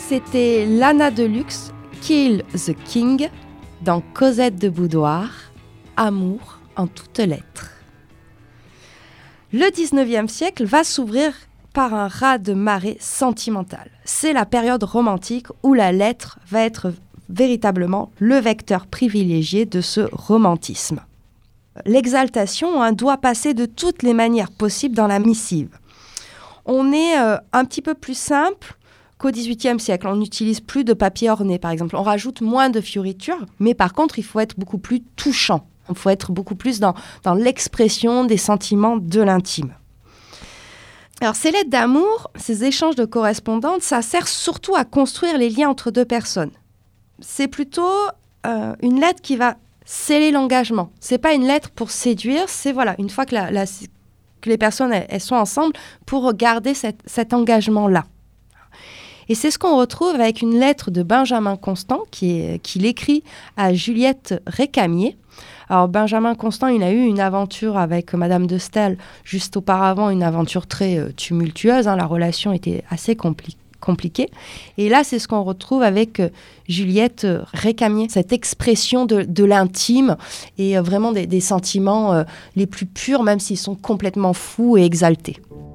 c'était Lana Deluxe, Kill the King, dans Cosette de Boudoir, Amour en toutes lettres. Le dix-neuvième siècle va s'ouvrir par un raz-de-marée sentimental. C'est la période romantique où la lettre va être véritablement le vecteur privilégié de ce romantisme. L'exaltation hein, doit passer de toutes les manières possibles dans la missive. On est euh, un petit peu plus simple qu'au dix-huitième siècle. On n'utilise plus de papier orné, par exemple. On rajoute moins de fioritures, mais par contre, il faut être beaucoup plus touchant. Il faut être beaucoup plus dans, dans l'expression des sentiments de l'intime. Alors, ces lettres d'amour, ces échanges de correspondances, ça sert surtout à construire les liens entre deux personnes. C'est plutôt euh, une lettre qui va sceller l'engagement. C'est pas une lettre pour séduire, c'est voilà, une fois que, la, la, que les personnes elles, elles sont ensemble pour garder cette, cet engagement-là. Et c'est ce qu'on retrouve avec une lettre de Benjamin Constant qui est, qu'il écrit à Juliette Récamier. Alors Benjamin Constant, il a eu une aventure avec Madame de Staël juste auparavant, une aventure très euh, tumultueuse. Hein, la relation était assez compli- compliquée. Et là, c'est ce qu'on retrouve avec euh, Juliette Récamier, cette expression de, de l'intime et euh, vraiment des, des sentiments euh, les plus purs, même s'ils sont complètement fous et exaltés.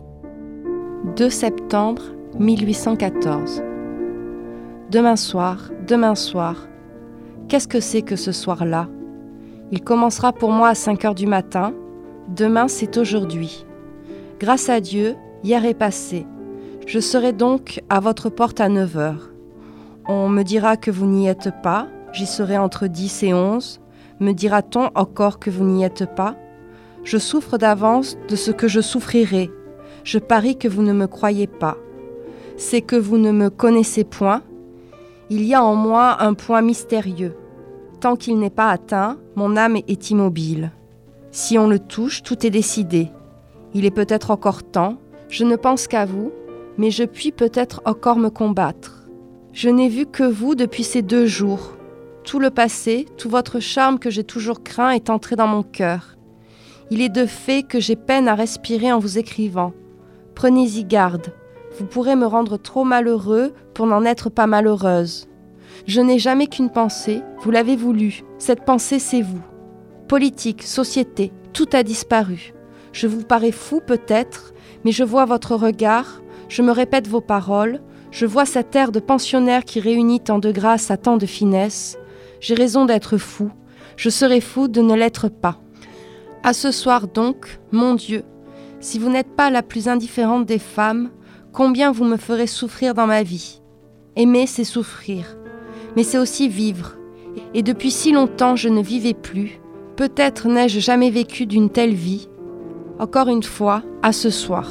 deux septembre mille huit cent quatorze. Demain soir, demain soir, qu'est-ce que c'est que ce soir-là ? Il commencera pour moi à cinq heures du matin. Demain, c'est aujourd'hui. Grâce à Dieu, hier est passé. Je serai donc à votre porte à neuf heures. On me dira que vous n'y êtes pas. J'y serai entre dix et onze. Me dira-t-on encore que vous n'y êtes pas ? Je souffre d'avance de ce que je souffrirai. Je parie que vous ne me croyez pas. C'est que vous ne me connaissez point. Il y a en moi un point mystérieux. Tant qu'il n'est pas atteint, mon âme est immobile. Si on le touche, tout est décidé. Il est peut-être encore temps, je ne pense qu'à vous, mais je puis peut-être encore me combattre. Je n'ai vu que vous depuis ces deux jours. Tout le passé, tout votre charme que j'ai toujours craint est entré dans mon cœur. Il est de fait que j'ai peine à respirer en vous écrivant. Prenez-y garde. Vous pourrez me rendre trop malheureux pour n'en être pas malheureuse. Je n'ai jamais qu'une pensée, vous l'avez voulu. Cette pensée, c'est vous. Politique, société, tout a disparu. Je vous parais fou peut-être, mais je vois votre regard, je me répète vos paroles, je vois cet air de pensionnaire qui réunit tant de grâce à tant de finesse. J'ai raison d'être fou, je serais fou de ne l'être pas. À ce soir donc, mon Dieu, si vous n'êtes pas la plus indifférente des femmes, combien vous me ferez souffrir dans ma vie. Aimer, c'est souffrir, mais c'est aussi vivre. Et depuis si longtemps, je ne vivais plus. Peut-être n'ai-je jamais vécu d'une telle vie. Encore une fois, à ce soir.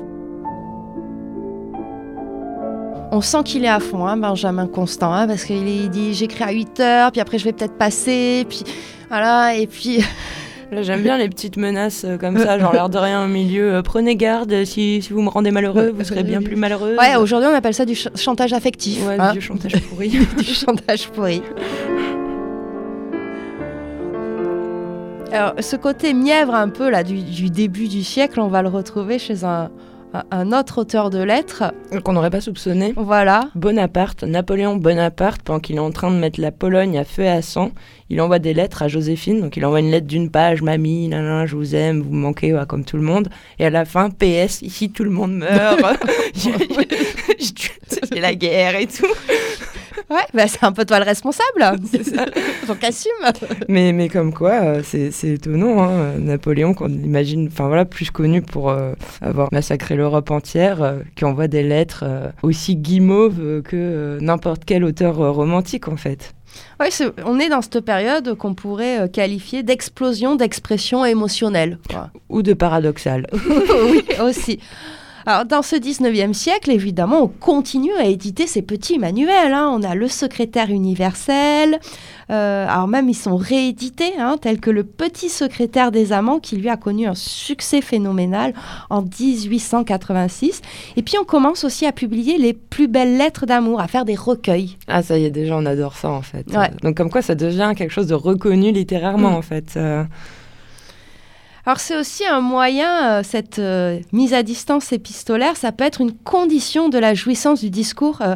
On sent qu'il est à fond, hein, Benjamin Constant, hein, parce qu'il est, il dit j'écris à huit heures, puis après je vais peut-être passer, puis voilà, et puis... Là, j'aime bien les petites menaces euh, comme ça, genre l'air de rien au milieu. Euh, prenez garde, si, si vous me rendez malheureux, vous serez bien plus malheureux. Ouais, aujourd'hui on appelle ça du ch- chantage affectif. Ouais, hein. du chantage pourri. Du chantage pourri. Alors, ce côté mièvre un peu là du, du début du siècle, on va le retrouver chez un, un, un autre auteur de lettres. Qu'on n'aurait pas soupçonné. Voilà. Bonaparte, Napoléon Bonaparte, pendant qu'il est en train de mettre la Pologne à feu et à sang, il envoie des lettres à Joséphine. Donc il envoie une lettre d'une page, mamie, nanana, je vous aime, vous me manquez, ouais, comme tout le monde. Et à la fin, P S, ici tout le monde meurt. C'est la guerre et tout. Ouais, bah c'est un peu toi le responsable. C'est ça. Donc assume. Mais, mais comme quoi, euh, c'est, c'est étonnant. Hein. Napoléon, qu'on imagine, enfin voilà, plus connu pour euh, avoir massacré l'Europe entière, euh, qui envoie des lettres euh, aussi guimauves euh, que euh, n'importe quel auteur euh, romantique en fait. Oui, on est dans cette période qu'on pourrait euh, qualifier d'explosion d'expression émotionnelle. Quoi. Ou de paradoxal. Oui, aussi. Alors, dans ce dix-neuvième siècle, évidemment, on continue à éditer ces petits manuels. Hein. On a le secrétaire universel. Euh, alors même, ils sont réédités, hein, tels que le petit secrétaire des amants, qui lui a connu un succès phénoménal en dix-huit cent quatre-vingt-six. Et puis, on commence aussi à publier les plus belles lettres d'amour, à faire des recueils. Ah, ça y est, déjà, on adore ça, en fait. Ouais. Euh, donc, comme quoi, ça devient quelque chose de reconnu littérairement, mmh. en fait. Euh... Alors c'est aussi un moyen, euh, cette euh, mise à distance épistolaire, ça peut être une condition de la jouissance du discours euh,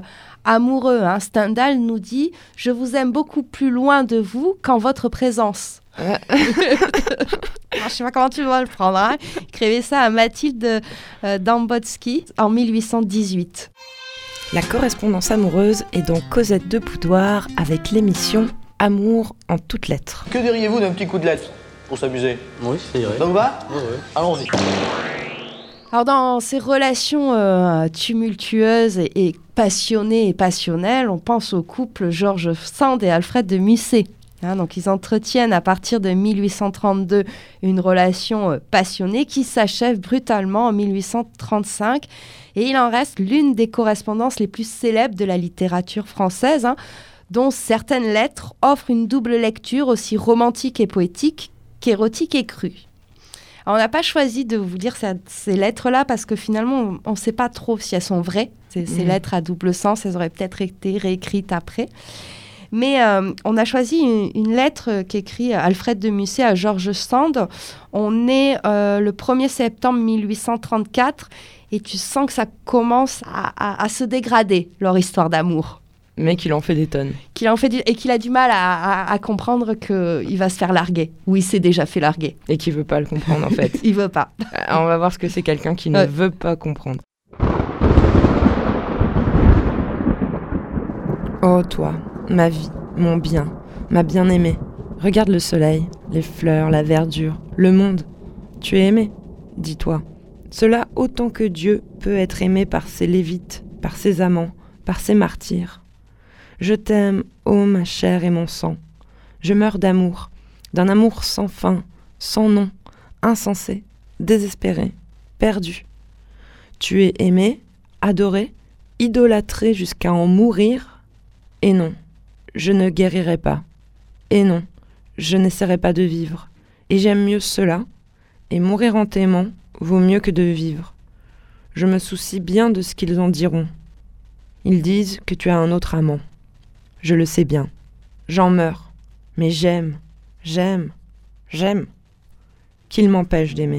amoureux. Hein. Stendhal nous dit « Je vous aime beaucoup plus loin de vous qu'en votre présence ». Alors, je ne sais pas comment tu dois le prendre. Hein. Il écrivait ça à Mathilde euh, Dambotsky en mille huit cent dix-huit. La correspondance amoureuse est donc Cosette de Boudoir avec l'émission Amour en toutes lettres. Que diriez-vous d'un petit coup de lettre pour s'amuser? Oui, ça irait. Ça vous va? Oui, oui. Allons-y. Alors dans ces relations euh, tumultueuses et, et passionnées et passionnelles, on pense au couple George Sand et Alfred de Musset. Hein, donc ils entretiennent à partir de mille huit cent trente-deux une relation euh, passionnée qui s'achève brutalement en mille huit cent trente-cinq. Et il en reste l'une des correspondances les plus célèbres de la littérature française, hein, dont certaines lettres offrent une double lecture aussi romantique et poétique qu'érotique et crue. Alors, on n'a pas choisi de vous lire ces, ces lettres-là parce que finalement, on ne sait pas trop si elles sont vraies. Ces, ces mmh. lettres à double sens, elles auraient peut-être été réécrites après. Mais euh, on a choisi une, une lettre qu'écrit Alfred de Musset à George Sand. On est euh, le premier septembre mille huit cent trente-quatre et tu sens que ça commence à, à, à se dégrader, leur histoire d'amour. Mais qu'il en fait des tonnes. Qu'il en fait du... Et qu'il a du mal à, à, à comprendre qu'il va se faire larguer. Ou il s'est déjà fait larguer. Et qu'il ne veut pas le comprendre, en fait. Il ne veut pas. On va voir ce que c'est quelqu'un qui ne ouais. veut pas comprendre. Oh, toi, ma vie, mon bien, ma bien-aimée. Regarde le soleil, les fleurs, la verdure, le monde. Tu es aimé, dis-toi. Cela autant que Dieu peut être aimé par ses lévites, par ses amants, par ses martyrs. Je t'aime, ô ma chair et mon sang. Je meurs d'amour, d'un amour sans fin, sans nom, insensé, désespéré, perdu. Tu es aimé, adoré, idolâtré jusqu'à en mourir. Et non, je ne guérirai pas. Et non, je n'essaierai pas de vivre. Et j'aime mieux cela, et mourir en t'aimant vaut mieux que de vivre. Je me soucie bien de ce qu'ils en diront. Ils disent que tu as un autre amant. Je le sais bien. J'en meurs. Mais j'aime, j'aime, j'aime. Qu'il m'empêche d'aimer.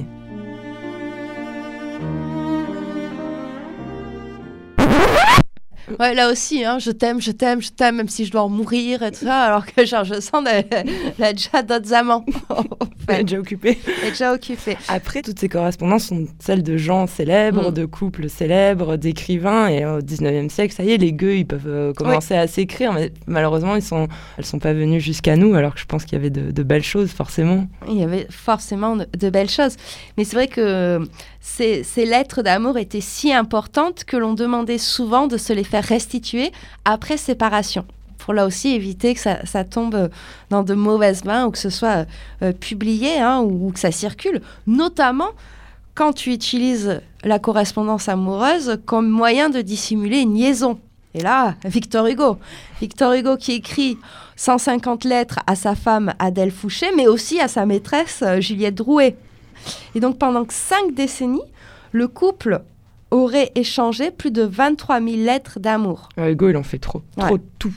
Ouais, là aussi, hein, je t'aime, je t'aime, je t'aime, même si je dois en mourir et tout ça, alors que George Sand, elle, elle a déjà d'autres amants. En fait. Elle est déjà occupée. Elle est déjà occupée. Après, toutes ces correspondances sont celles de gens célèbres, mmh. de couples célèbres, d'écrivains, et au dix-neuvième siècle, ça y est, les gueux, ils peuvent euh, commencer oui. à s'écrire, mais malheureusement, ils sont, elles ne sont pas venues jusqu'à nous, alors que je pense qu'il y avait de, de belles choses, forcément. Il y avait forcément de, de belles choses. Mais c'est vrai que ces, ces lettres d'amour étaient si importantes que l'on demandait souvent de se les faire restituer après séparation, pour là aussi éviter que ça, ça tombe dans de mauvaises mains ou que ce soit euh, publié hein, ou, ou que ça circule, notamment quand tu utilises la correspondance amoureuse comme moyen de dissimuler une liaison. Et là, Victor Hugo. Victor Hugo qui écrit cent cinquante lettres à sa femme Adèle Fouché, mais aussi à sa maîtresse Juliette Drouet. Et donc pendant cinq décennies, le couple aurait échangé plus de vingt-trois mille lettres d'amour. Euh, Hugo, il en fait trop, trop ouais. de tout.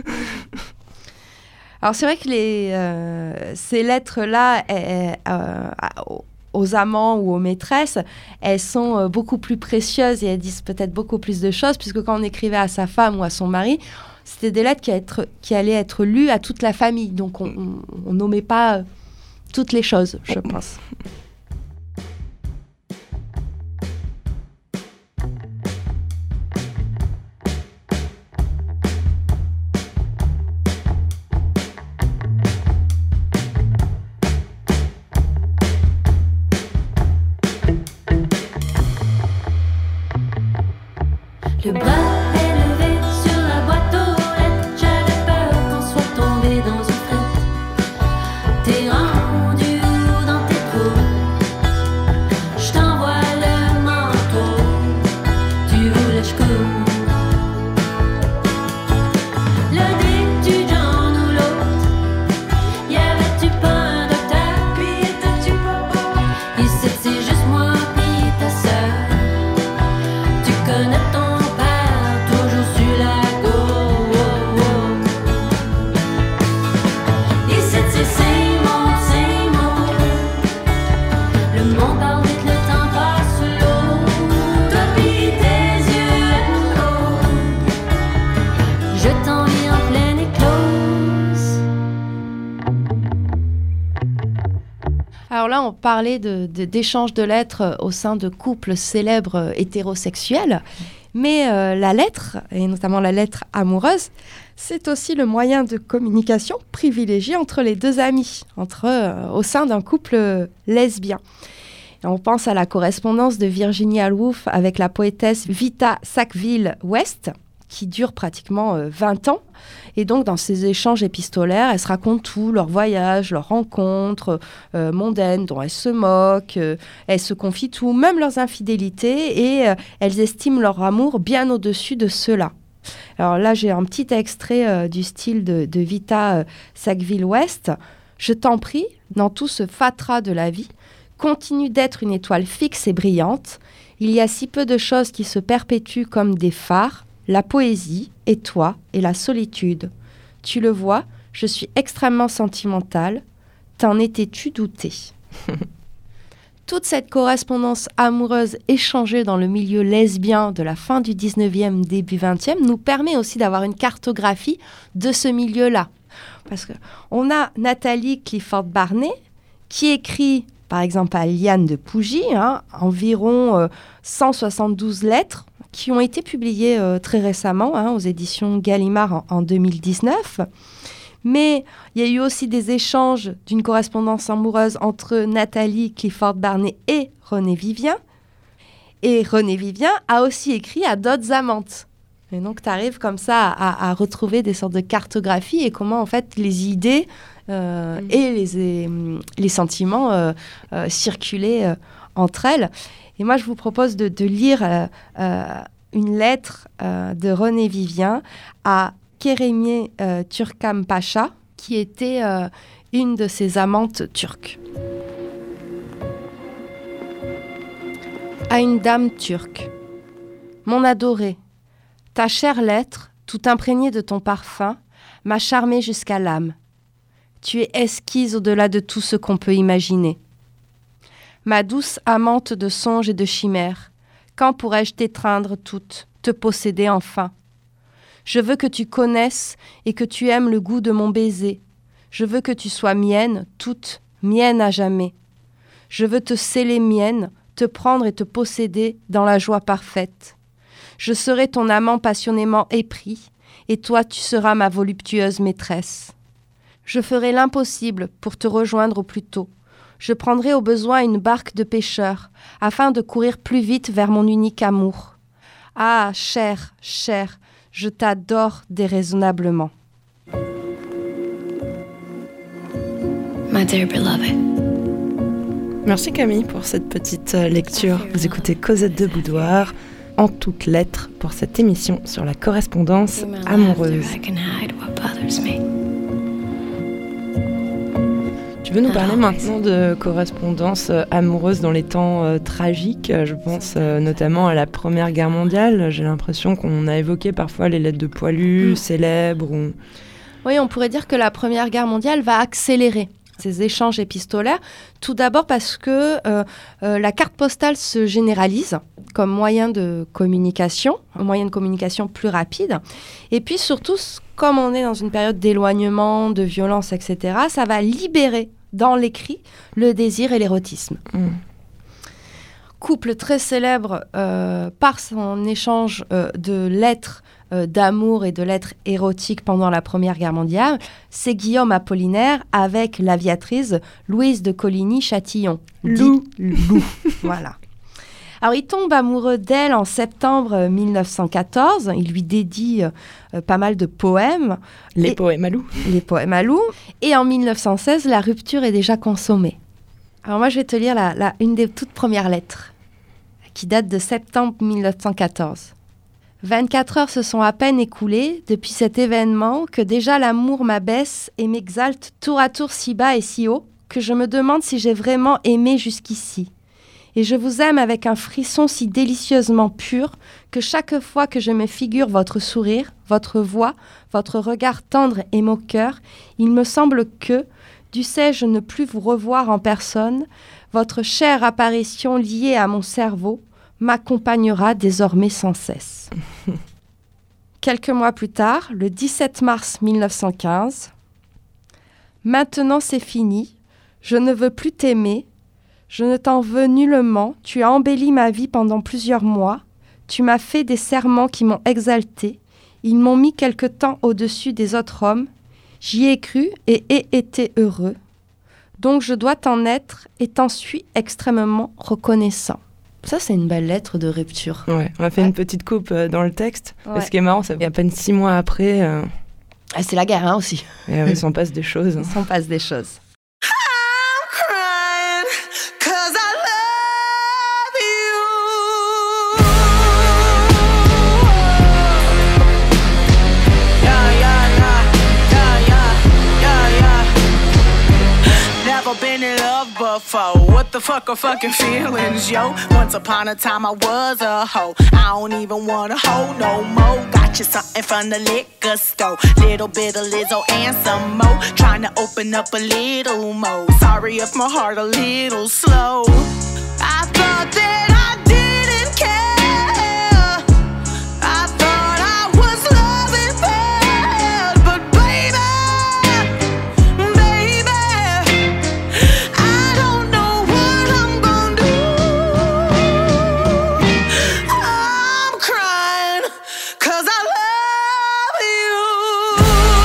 Alors c'est vrai que les, euh, ces lettres-là, euh, euh, aux amants ou aux maîtresses, elles sont euh, beaucoup plus précieuses et elles disent peut-être beaucoup plus de choses, puisque quand on écrivait à sa femme ou à son mari, c'était des lettres qui, être, qui allaient être lues à toute la famille. Donc on ne nommait pas euh, toutes les choses, je pense. Le bras est levé sur la boîte aux lettres. J'avais peur qu'on soit tombé dans une frette. T'es rendu dans tes trous. Alors là, on parlait de, de, d'échanges de lettres au sein de couples célèbres hétérosexuels. Mais euh, la lettre, et notamment la lettre amoureuse, c'est aussi le moyen de communication privilégié entre les deux amis, entre, euh, au sein d'un couple lesbien. Et on pense à la correspondance de Virginia Woolf avec la poétesse Vita Sackville-West, qui dure pratiquement euh, vingt ans. Et donc, dans ces échanges épistolaires, elles se racontent tout, leurs voyages, leurs rencontres euh, mondaines dont elles se moquent, euh, elles se confient tout, même leurs infidélités, et euh, elles estiment leur amour bien au-dessus de cela. Alors là, j'ai un petit extrait euh, du style de, de Vita euh, Sackville-West. « Je t'en prie, dans tout ce fatras de la vie, continue d'être une étoile fixe et brillante. Il y a si peu de choses qui se perpétuent comme des phares, la poésie, et toi, et la solitude. Tu le vois, je suis extrêmement sentimentale. T'en étais-tu douté ?» Toute cette correspondance amoureuse échangée dans le milieu lesbien de la fin du dix-neuvième, début vingtième, nous permet aussi d'avoir une cartographie de ce milieu-là. Parce qu'on a Nathalie Clifford Barney, qui écrit, par exemple, à Liane de Pougy, hein, environ euh, cent soixante-douze lettres, qui ont été publiées euh, très récemment hein, aux éditions Gallimard en, en deux mille dix-neuf. Mais il y a eu aussi des échanges d'une correspondance amoureuse entre Nathalie Clifford Barney et René Vivien. Et René Vivien a aussi écrit à d'autres amantes. Et donc, tu arrives comme ça à, à retrouver des sortes de cartographie et comment, en fait, les idées euh, mmh. et les, et, les sentiments euh, euh, circulaient euh, entre elles. Et moi, je vous propose de, de lire euh, euh, une lettre euh, de René Vivien à Kérémié euh, Turkam Pacha, qui était euh, une de ses amantes turques. À une dame turque. Mon adorée, ta chère lettre, tout imprégnée de ton parfum, m'a charmée jusqu'à l'âme. Tu es esquisse au-delà de tout ce qu'on peut imaginer. Ma douce amante de songes et de chimères, quand pourrais-je t'étreindre toute, te posséder enfin ? Je veux que tu connaisses et que tu aimes le goût de mon baiser. Je veux que tu sois mienne, toute, mienne à jamais. Je veux te sceller mienne, te prendre et te posséder dans la joie parfaite. Je serai ton amant passionnément épris, et toi tu seras ma voluptueuse maîtresse. Je ferai l'impossible pour te rejoindre au plus tôt. Je prendrai au besoin une barque de pêcheurs, afin de courir plus vite vers mon unique amour. Ah, chère, chère, je t'adore déraisonnablement. My dear beloved. Merci Camille pour cette petite lecture. Vous écoutez Cosette de Boudoir en toutes lettres pour cette émission sur la correspondance amoureuse. Tu veux nous parler maintenant de correspondance amoureuse dans les temps euh, tragiques. Je pense euh, notamment à la Première Guerre mondiale. J'ai l'impression qu'on a évoqué parfois les lettres de poilus, mmh. célèbres. Ou... Oui, on pourrait dire que la Première Guerre mondiale va accélérer ces échanges épistolaires. Tout d'abord parce que euh, euh, la carte postale se généralise comme moyen de communication, un moyen de communication plus rapide. Et puis surtout, comme on est dans une période d'éloignement, de violence, et cetera, ça va libérer dans l'écrit le désir et l'érotisme. Mmh. Couple très célèbre euh, par son échange euh, de lettres euh, d'amour et de lettres érotiques pendant la Première Guerre mondiale, c'est Guillaume Apollinaire avec l'aviatrice Louise de Coligny-Châtillon. Lou. Lou. Voilà. Alors, il tombe amoureux d'elle en septembre mille neuf cent quatorze. Il lui dédie euh, pas mal de poèmes. Les poèmes à Lou. Les poèmes à Lou. Et en mille neuf cent seize, la rupture est déjà consommée. Alors moi, je vais te lire la, la, une des toutes premières lettres, qui date de septembre mille neuf cent quatorze. vingt-quatre heures se sont à peine écoulées depuis cet événement que déjà l'amour m'abaisse et m'exalte tour à tour si bas et si haut que je me demande si j'ai vraiment aimé jusqu'ici. Et je vous aime avec un frisson si délicieusement pur que chaque fois que je me figure votre sourire, votre voix, votre regard tendre et moqueur, il me semble que, dussé-je ne plus vous revoir en personne, votre chère apparition liée à mon cerveau m'accompagnera désormais sans cesse. Quelques mois plus tard, le dix-sept mars mille neuf cent quinze, « Maintenant c'est fini. Je ne veux plus t'aimer. Je ne t'en veux nullement. Tu as embelli ma vie pendant plusieurs mois. Tu m'as fait des serments qui m'ont exalté. Ils m'ont mis quelque temps au-dessus des autres hommes. J'y ai cru et ai été heureux. Donc je dois t'en être et t'en suis extrêmement reconnaissant. Ça, c'est une belle lettre de rupture. Ouais, on a fait Ouais. une petite coupe euh, dans le texte. Ouais. Ce qui est marrant, ça fait à peine six mois après, euh, Ah, c'est la guerre hein, aussi. et, euh, il s'en passe des choses. Il s'en passe des choses. crying 'cause I love you. Yeah, yeah, yeah, yeah, yeah, yeah, yeah. Never been in love before. What the fuck are fucking feelings, yo? Once upon a time I was a hoe. I don't even wanna hoe no more. Got you something from the liquor store. Little bit of Lizzo and some more. Trying to open up a little more. Sorry if my heart a little slow. I thought that I didn't care. I thought I was loving bad. But baby, baby, I don't know what I'm gonna do. I'm crying 'cause I love you.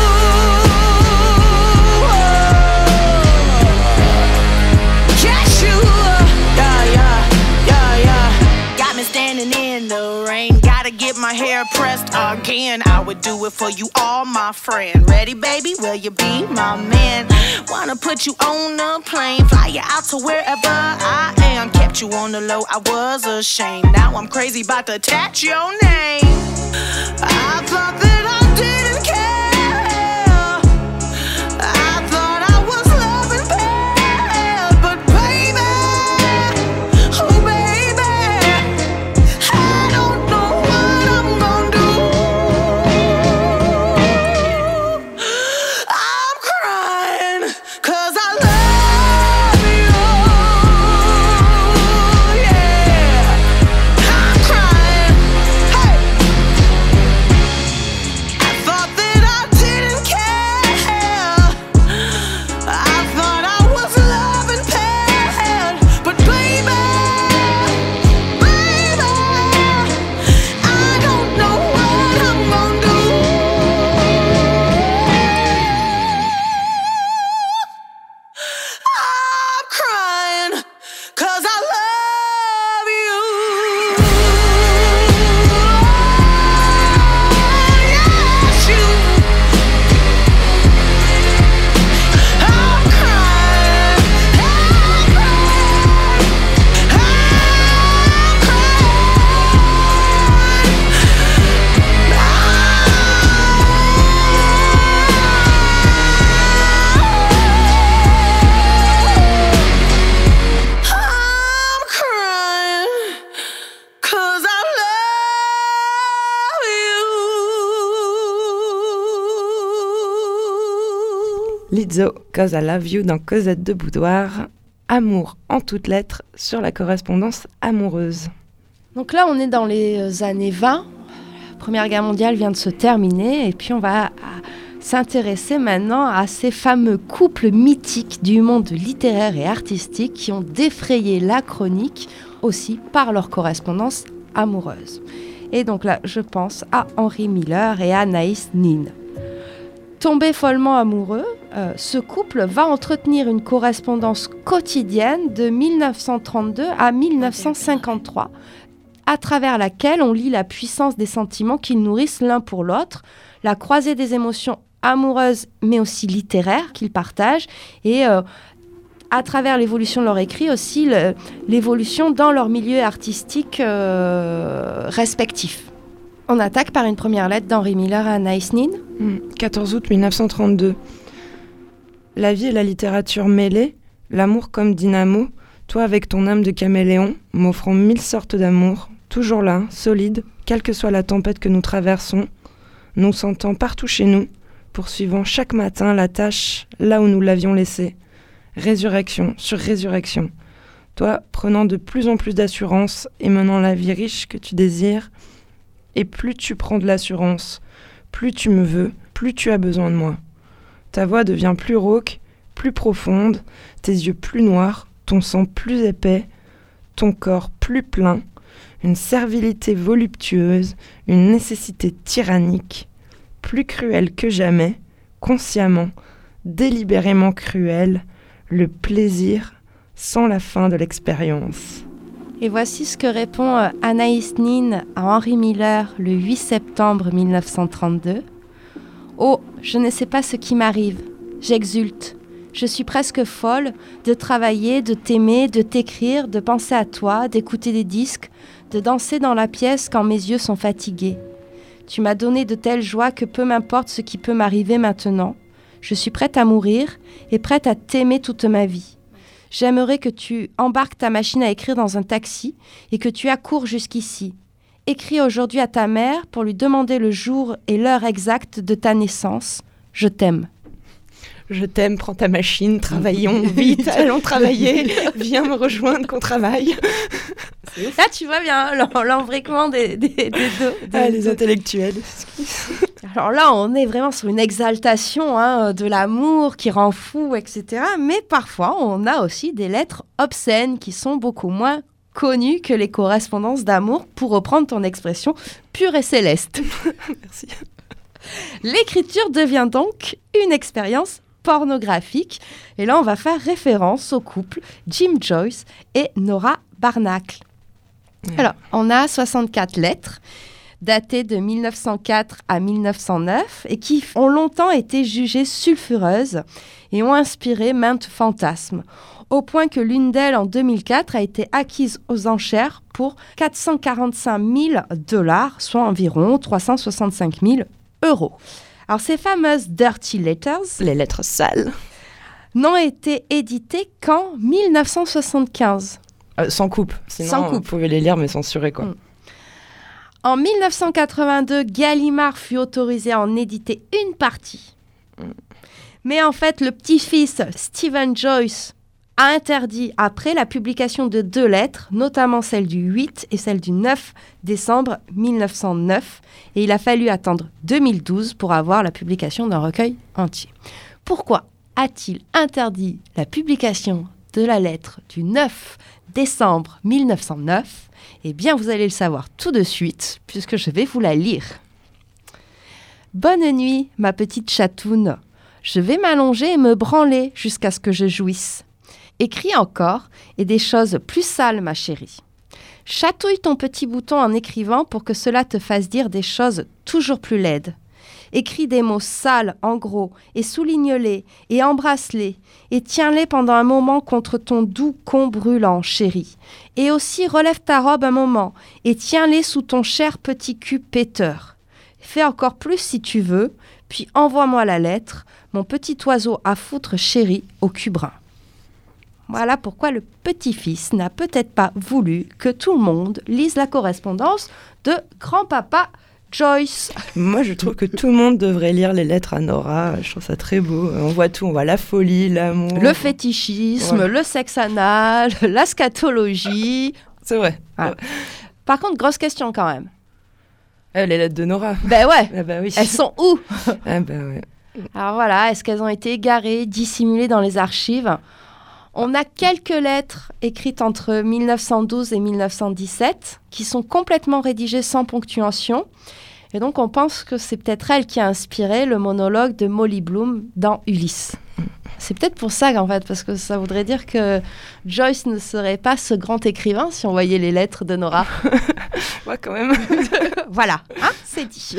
Yes, you. Yeah, yeah, yeah, yeah. Got me standing in the rain. Gotta get my hair pressed again. I would do it for you, all my friend. Ready, baby? Will you be my man? Wanna put you on a plane, fly you out to wherever I am. Kept you on the low, I was ashamed. Now I'm crazy about to attach your name. I thought that I didn't care. I thought I was loving bad. But baby, oh baby, I don't know what I'm gonna do. I'm crying 'cause I love you. Yeah, I'm crying. Hey, I thought that I didn't care. I thought I was loving bad. But baby, baby, I don't know what I'm gonna do. I'm crying 'cause I love you. Yes, you. I'm crying. I'm crying. I'm I'm crying 'cause I love you. Lizzo, Cause I Love You dans Cosette de Boudoir. Amour en toutes lettres sur la correspondance amoureuse. Donc là, on est dans les années vingt. La Première Guerre mondiale vient de se terminer. Et puis, on va à- s'intéresser maintenant à ces fameux couples mythiques du monde littéraire et artistique qui ont défrayé la chronique aussi par leur correspondance amoureuse. Et donc là, je pense à Henry Miller et Anaïs Nin. Tombé follement amoureux, euh, ce couple va entretenir une correspondance quotidienne de mille neuf cent trente-deux à mille neuf cent cinquante-trois, à travers laquelle on lit la puissance des sentiments qu'ils nourrissent l'un pour l'autre, la croisée des émotions amoureuses mais aussi littéraires qu'ils partagent, et euh, à travers l'évolution de leur écrit aussi le- l'évolution dans leur milieu artistique euh, respectif. On attaque par une première lettre d'Henry Miller à Anaïs Nin. Hmm, quatorze août mille neuf cent trente-deux. La vie et la littérature mêlées, l'amour comme dynamo, toi avec ton âme de caméléon, m'offrant mille sortes d'amour, toujours là, solide, quelle que soit la tempête que nous traversons, nous sentant partout chez nous, poursuivant chaque matin la tâche là où nous l'avions laissée. Résurrection sur résurrection. Toi, prenant de plus en plus d'assurance et menant la vie riche que tu désires, et plus tu prends de l'assurance, plus tu me veux, plus tu as besoin de moi. Ta voix devient plus rauque, plus profonde, tes yeux plus noirs, ton sang plus épais, ton corps plus plein, une servilité voluptueuse, une nécessité tyrannique, plus cruelle que jamais, consciemment, délibérément cruelle, le plaisir sans la fin de l'expérience. Et voici ce que répond euh, Anaïs Nin à Henry Miller le huit septembre mille neuf cent trente-deux. « Oh, je ne sais pas ce qui m'arrive. J'exulte. Je suis presque folle de travailler, de t'aimer, de t'écrire, de penser à toi, d'écouter des disques, de danser dans la pièce quand mes yeux sont fatigués. Tu m'as donné de telles joies que peu m'importe ce qui peut m'arriver maintenant. Je suis prête à mourir et prête à t'aimer toute ma vie. J'aimerais que tu embarques ta machine à écrire dans un taxi et que tu accours jusqu'ici. Écris aujourd'hui à ta mère pour lui demander le jour et l'heure exacte de ta naissance. Je t'aime. » Je t'aime, prends ta machine, travaillons vite, allons travailler, viens me rejoindre qu'on travaille. Là, tu vois bien l'en- l'embriquement des, des, des deux. des Ah, les deux. intellectuels. Alors là, on est vraiment sur une exaltation hein, de l'amour qui rend fou, et cetera. Mais parfois, on a aussi des lettres obscènes qui sont beaucoup moins connues que les correspondances d'amour, pour reprendre ton expression pure et céleste. Merci. L'écriture devient donc une expérience pornographique. Et là, on va faire référence au couple Jim Joyce et Nora Barnacle. Ouais. Alors, on a soixante-quatre lettres datées de mille neuf cent quatre à mille neuf cent neuf et qui ont longtemps été jugées sulfureuses et ont inspiré maintes fantasmes, au point que l'une d'elles, en deux mille quatre, a été acquise aux enchères pour quatre cent quarante-cinq mille dollars, soit environ trois cent soixante-cinq mille euros. Alors, ces fameuses Dirty Letters Les lettres sales. n'ont été éditées qu'en mille neuf cent soixante-quinze. Euh, sans coupe. Sinon, Sans coupe. vous pouvez les lire, mais censurés, quoi. Mm. En mille neuf cent quatre-vingt-deux, Gallimard fut autorisé à en éditer une partie. Mais en fait, le petit-fils Stephen Joyce a interdit, après la publication de deux lettres, notamment celle du huit et celle du neuf décembre mille neuf cent neuf, et il a fallu attendre deux mille douze pour avoir la publication d'un recueil entier. Pourquoi a-t-il interdit la publication de la lettre du neuf décembre mille neuf cent neuf ? Eh bien, vous allez le savoir tout de suite, puisque je vais vous la lire. « Bonne nuit, ma petite chatoune. Je vais m'allonger et me branler jusqu'à ce que je jouisse. Écris encore, et des choses plus sales, ma chérie. Chatouille ton petit bouton en écrivant pour que cela te fasse dire des choses toujours plus laides. Écris des mots sales en gros et souligne-les et embrasse-les et tiens-les pendant un moment contre ton doux con brûlant, chérie. Et aussi relève ta robe un moment et tiens-les sous ton cher petit cul péteur. Fais encore plus si tu veux, puis envoie-moi la lettre, mon petit oiseau à foutre chéri au cul brun. » Voilà pourquoi le petit-fils n'a peut-être pas voulu que tout le monde lise la correspondance de grand-papa Joyce. Moi, je trouve que tout le monde devrait lire les lettres à Nora. Je trouve ça très beau. On voit tout. On voit la folie, l'amour. Le fétichisme, Ouais. le sexe anal, la scatologie. C'est vrai. Ah. Par contre, grosse question quand même. Eh, les lettres de Nora. Ben ouais, Ah bah oui. elles sont où? Ah bah ouais. Alors voilà, est-ce qu'elles ont été égarées, dissimulées dans les archives? On a quelques lettres écrites entre mille neuf cent douze et mille neuf cent dix-sept qui sont complètement rédigées sans ponctuation. Et donc, on pense que c'est peut-être elle qui a inspiré le monologue de Molly Bloom dans Ulysse. C'est peut-être pour ça, en fait, parce que ça voudrait dire que Joyce ne serait pas ce grand écrivain si on voyait les lettres de Nora. Ouais, quand même. Voilà, hein, c'est dit.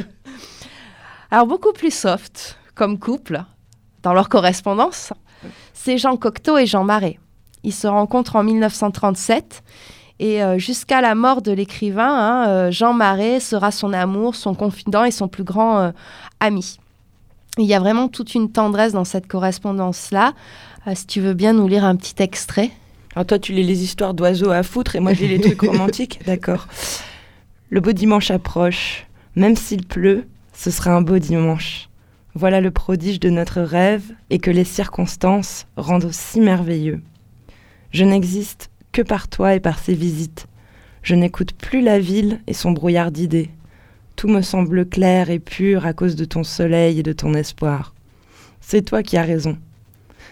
Alors, beaucoup plus soft comme couple, dans leur correspondance, c'est Jean Cocteau et Jean Marais. Ils se rencontrent en mille neuf cent trente-sept et euh, jusqu'à la mort de l'écrivain, hein, euh, Jean Marais sera son amour, son confident et son plus grand euh, ami. Il y a vraiment toute une tendresse dans cette correspondance-là. Euh, si tu veux bien nous lire un petit extrait. Alors toi, tu lis les histoires d'oiseaux à foutre et moi, je lis les trucs romantiques. D'accord. Le beau dimanche approche. Même s'il pleut, ce sera un beau dimanche. Voilà le prodige de notre rêve et que les circonstances rendent si merveilleux. Je n'existe que par toi et par ses visites. Je n'écoute plus la ville et son brouillard d'idées. Tout me semble clair et pur à cause de ton soleil et de ton espoir. C'est toi qui as raison.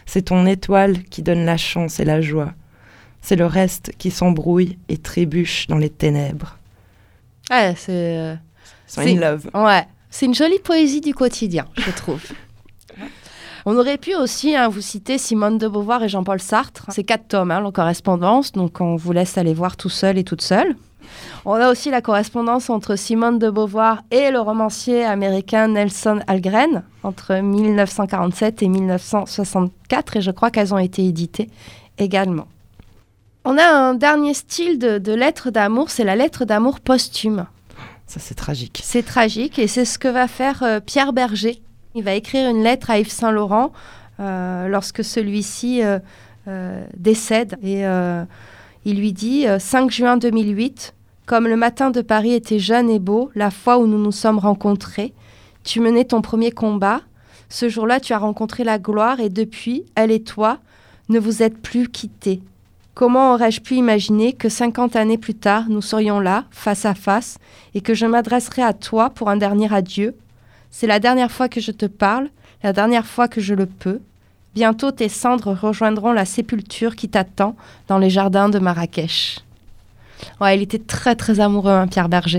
C'est ton étoile qui donne la chance et la joie. C'est le reste qui s'embrouille et trébuche dans les ténèbres. Ouais, c'est... euh, Ils sont C'est- in love. Ouais, c'est une jolie poésie du quotidien, je trouve. On aurait pu aussi hein, vous citer Simone de Beauvoir et Jean-Paul Sartre. C'est quatre tomes, hein, leur correspondance, donc on vous laisse aller voir tout seul et toute seule. On a aussi la correspondance entre Simone de Beauvoir et le romancier américain Nelson Algren, entre mille neuf cent quarante-sept et mille neuf cent soixante-quatre, et je crois qu'elles ont été éditées également. On a un dernier style de, de lettre d'amour, c'est la lettre d'amour posthume. Ça, c'est tragique. C'est tragique et c'est ce que va faire euh, Pierre Berger. Il va écrire une lettre à Yves Saint-Laurent euh, lorsque celui-ci euh, euh, décède. Et euh, il lui dit euh, « cinq juin deux mille huit, comme le matin de Paris était jeune et beau, la fois où nous nous sommes rencontrés, tu menais ton premier combat. Ce jour-là, tu as rencontré la gloire et depuis, elle et toi, ne vous êtes plus quittés. Comment aurais-je pu imaginer que cinquante années plus tard, nous serions là, face à face, et que je m'adresserais à toi pour un dernier adieu? C'est la dernière fois que je te parle, la dernière fois que je le peux. Bientôt, tes cendres rejoindront la sépulture qui t'attend dans les jardins de Marrakech. » Ouais, il était très, très amoureux, hein, Pierre Berger.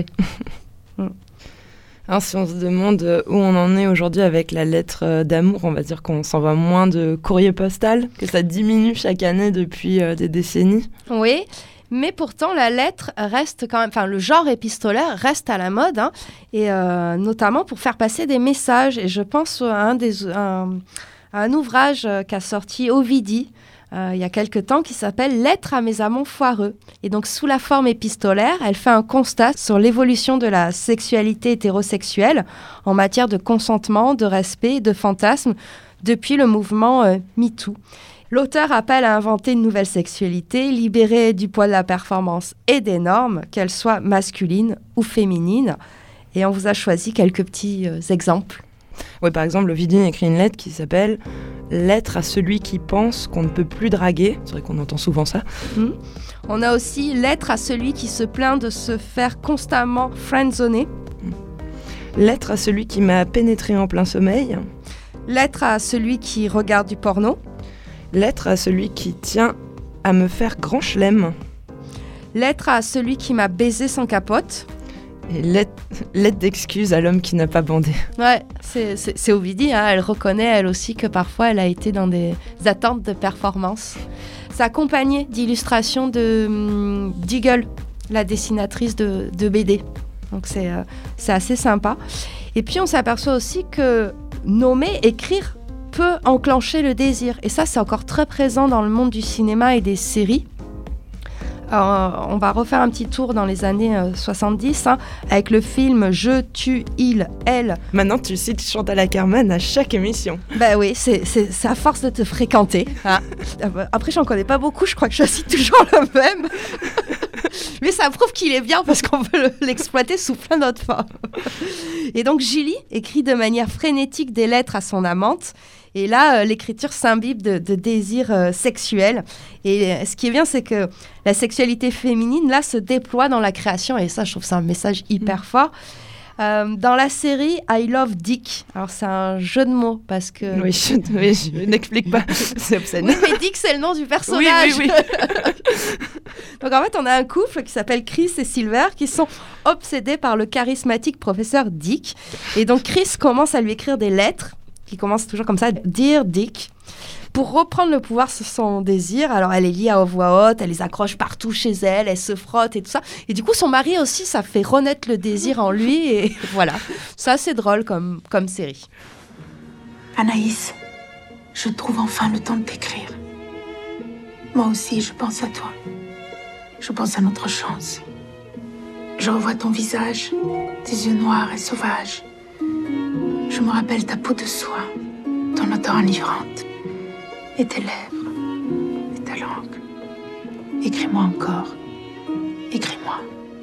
Hein, si on se demande euh, où on en est aujourd'hui avec la lettre euh, d'amour, on va dire qu'on s'envoie moins de courrier postal, que ça diminue chaque année depuis euh, des décennies. Oui, mais pourtant la lettre reste quand même, enfin le genre épistolaire reste à la mode, hein, et euh, notamment pour faire passer des messages. Et je pense à un, des, un, à un ouvrage euh, qu'a sorti Ovidie euh, il y a quelque temps qui s'appelle « Lettres à mes amants foireux ». Et donc sous la forme épistolaire, elle fait un constat sur l'évolution de la sexualité hétérosexuelle en matière de consentement, de respect et de fantasme depuis le mouvement euh, MeToo. L'auteur appelle à inventer une nouvelle sexualité, libérée du poids de la performance et des normes, qu'elles soient masculines ou féminines. Et on vous a choisi quelques petits euh, exemples. Oui, par exemple, Ovidie écrit une lettre qui s'appelle « Lettre à celui qui pense qu'on ne peut plus draguer ». C'est vrai qu'on entend souvent ça. Mmh. On a aussi « Lettre à celui qui se plaint de se faire constamment friendzoner ». Lettre à celui qui m'a pénétré en plein sommeil. Lettre à celui qui regarde du porno. Lettre à celui qui tient à me faire grand chelem. Lettre à celui qui m'a baisé sans capote. Et lettre, lettre d'excuse à l'homme qui n'a pas bandé. Ouais, c'est, c'est, c'est Ovidie, hein. Elle reconnaît elle aussi que parfois elle a été dans des attentes de performance. C'est accompagné d'illustrations de hum, d'Eagle, la dessinatrice de, de B D. Donc c'est, euh, c'est assez sympa. Et puis on s'aperçoit aussi que nommer, écrire peut enclencher le désir. Et ça, c'est encore très présent dans le monde du cinéma et des séries. Alors, on va refaire un petit tour dans les années euh, soixante-dix hein, avec le film « Je, tu, il, elle ». Maintenant, tu cites Chantal Akerman à chaque émission. Ben oui, c'est, c'est, c'est à force de te fréquenter. Hein. Après, j'en connais pas beaucoup, je crois que je cite toujours le même. Mais ça prouve qu'il est bien parce qu'on peut le, l'exploiter sous plein d'autres formes. Et donc, Julie écrit de manière frénétique des lettres à son amante. Et là, euh, l'écriture s'imbibe de, de désirs euh, sexuels. Et euh, ce qui est bien, c'est que la sexualité féminine, là, se déploie dans la création. Et ça, je trouve ça un message hyper mmh. fort. Euh, dans la série I Love Dick, alors c'est un jeu de mots parce que... Oui, je, oui, je n'explique pas, c'est obscène. Oui, mais Dick, c'est le nom du personnage. Oui, oui, oui. Donc en fait, on a un couple qui s'appelle Chris et Silver qui sont obsédés par le charismatique professeur Dick. Et donc Chris commence à lui écrire des lettres qui commencent toujours comme ça, « Dear Dick ». Pour reprendre le pouvoir sur son désir, alors elle les lit à voix haute, elle les accroche partout chez elle, elle se frotte et tout ça. Et du coup, son mari aussi, ça fait renaître le désir en lui. Et voilà, ça c'est drôle comme, comme série. Anaïs, je trouve enfin le temps de t'écrire. Moi aussi, je pense à toi. Je pense à notre chance. Je revois ton visage, tes yeux noirs et sauvages. Je me rappelle ta peau de soie, ton odeur enivrante. Et tes lèvres, et ta langue. Écris-moi encore. Écris-moi.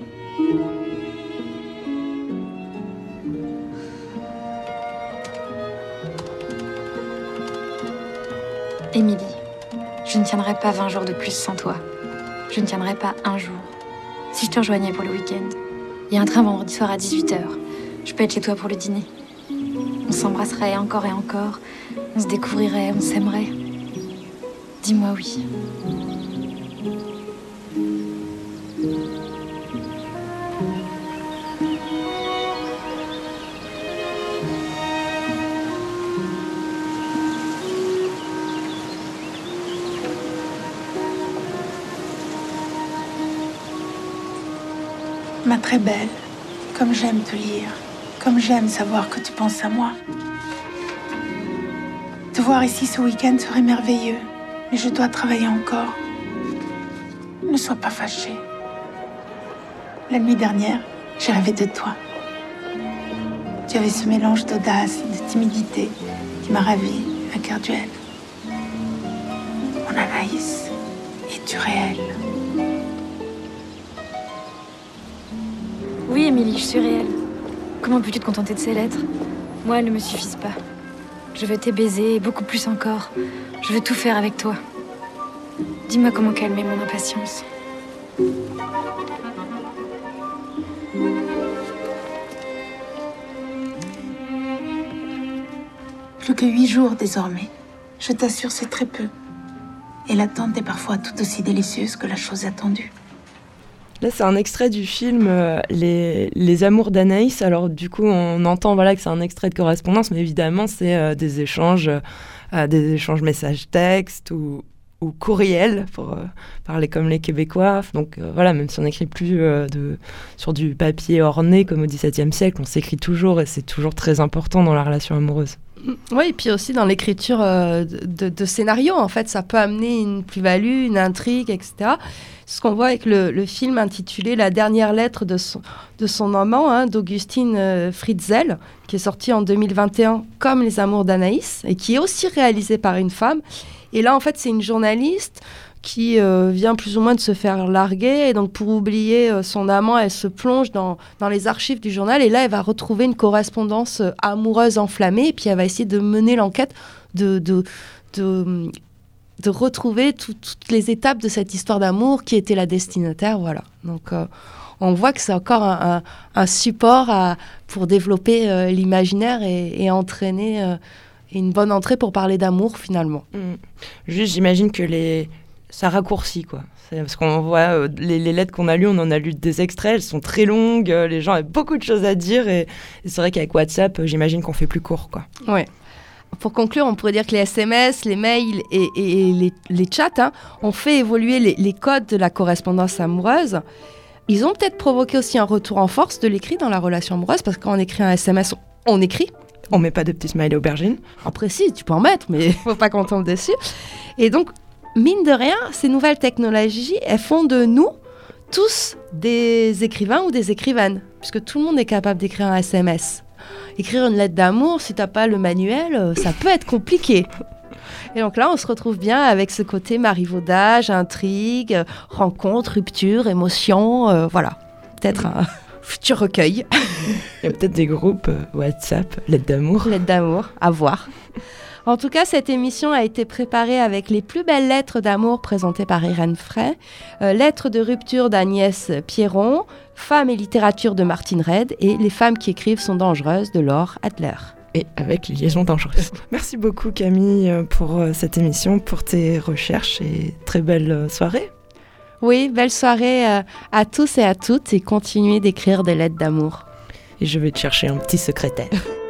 Émilie, je ne tiendrai pas vingt jours de plus sans toi. Je ne tiendrai pas un jour. Si je te rejoignais pour le week-end, il y a un train vendredi soir à dix-huit heures. Je peux être chez toi pour le dîner. On s'embrasserait encore et encore. On se découvrirait, on s'aimerait. Dis-moi oui. Ma très belle, comme j'aime te lire, comme j'aime savoir que tu penses à moi. Te voir ici ce week-end serait merveilleux, mais je dois travailler encore. Ne sois pas fâchée. La nuit dernière, j'ai rêvé de toi. Tu avais ce mélange d'audace et de timidité qui m'a ravie à cœur duel. Mon Anaïs, es-tu réelle? Oui, Émilie, je suis réelle. Comment peux-tu te contenter de ces lettres? Moi, elles ne me suffisent pas. Je veux tes baisers et beaucoup plus encore. Je veux tout faire avec toi. Dis-moi comment calmer mon impatience. Plus que huit jours désormais. Je t'assure, c'est très peu. Et l'attente est parfois tout aussi délicieuse que la chose attendue. Là, c'est un extrait du film euh, les, les Amours d'Anaïs. Alors, du coup, on entend voilà, que c'est un extrait de correspondance, mais évidemment, c'est euh, des échanges, euh, des échanges messages-textes ou, ou courriels, pour euh, parler comme les Québécois. Donc, euh, voilà, même si on n'écrit plus euh, de, sur du papier orné comme au dix-septième siècle, on s'écrit toujours et c'est toujours très important dans la relation amoureuse. Oui, et puis aussi dans l'écriture euh, de, de scénarios, en fait, ça peut amener une plus-value, une intrigue, et cetera. Ce qu'on voit avec le, le film intitulé « La dernière lettre de son, de son amant hein, » d'Augustine euh, Fritzl, qui est sorti en deux mille vingt et un comme Les Amours d'Anaïs, et qui est aussi réalisé par une femme. Et là, en fait, c'est une journaliste qui euh, vient plus ou moins de se faire larguer. Et donc, pour oublier euh, son amant, elle se plonge dans, dans les archives du journal. Et là, elle va retrouver une correspondance euh, amoureuse enflammée. Et puis, elle va essayer de mener l'enquête, de, de, de, de retrouver tout, toutes les étapes de cette histoire d'amour qui était la destinataire. Voilà. Donc, euh, on voit que c'est encore un, un, un support à, pour développer euh, l'imaginaire et, et entraîner euh, une bonne entrée pour parler d'amour, finalement. Mmh. Juste, j'imagine que les... ça raccourcit, quoi. C'est parce qu'on voit euh, les, les lettres qu'on a lues, on en a lu des extraits, elles sont très longues, euh, les gens avaient beaucoup de choses à dire, et, et c'est vrai qu'avec WhatsApp, euh, j'imagine qu'on fait plus court, quoi. Ouais. Pour conclure, on pourrait dire que les S M S, les mails et, et, et les, les chats hein, ont fait évoluer les, les codes de la correspondance amoureuse. Ils ont peut-être provoqué aussi un retour en force de l'écrit dans la relation amoureuse, parce que quand on écrit un S M S, on écrit. On met pas de petits smileys aubergines. Après, si, tu peux en mettre, mais faut pas qu'on tombe dessus. Et donc, mine de rien, ces nouvelles technologies, elles font de nous tous des écrivains ou des écrivaines, puisque tout le monde est capable d'écrire un S M S. Écrire une lettre d'amour, si t'as pas le manuel, ça peut être compliqué. Et donc là, on se retrouve bien avec ce côté marivaudage, intrigue, rencontre, rupture, émotion, euh, voilà. Peut-être un futur recueil. Il y a peut-être des groupes euh, WhatsApp, lettres d'amour. Lettres d'amour, à voir. En tout cas, cette émission a été préparée avec les plus belles lettres d'amour présentées par Irène Frey, euh, Lettres de rupture d'Agnès Pierron, Femmes et littérature de Martine Reid et Les femmes qui écrivent sont dangereuses de Laure Adler. Et avec Liaison dangereuse. Merci beaucoup Camille pour euh, cette émission, pour tes recherches et très belle euh, soirée. Oui, belle soirée euh, à tous et à toutes et continuez d'écrire des lettres d'amour. Et je vais te chercher un petit secrétaire.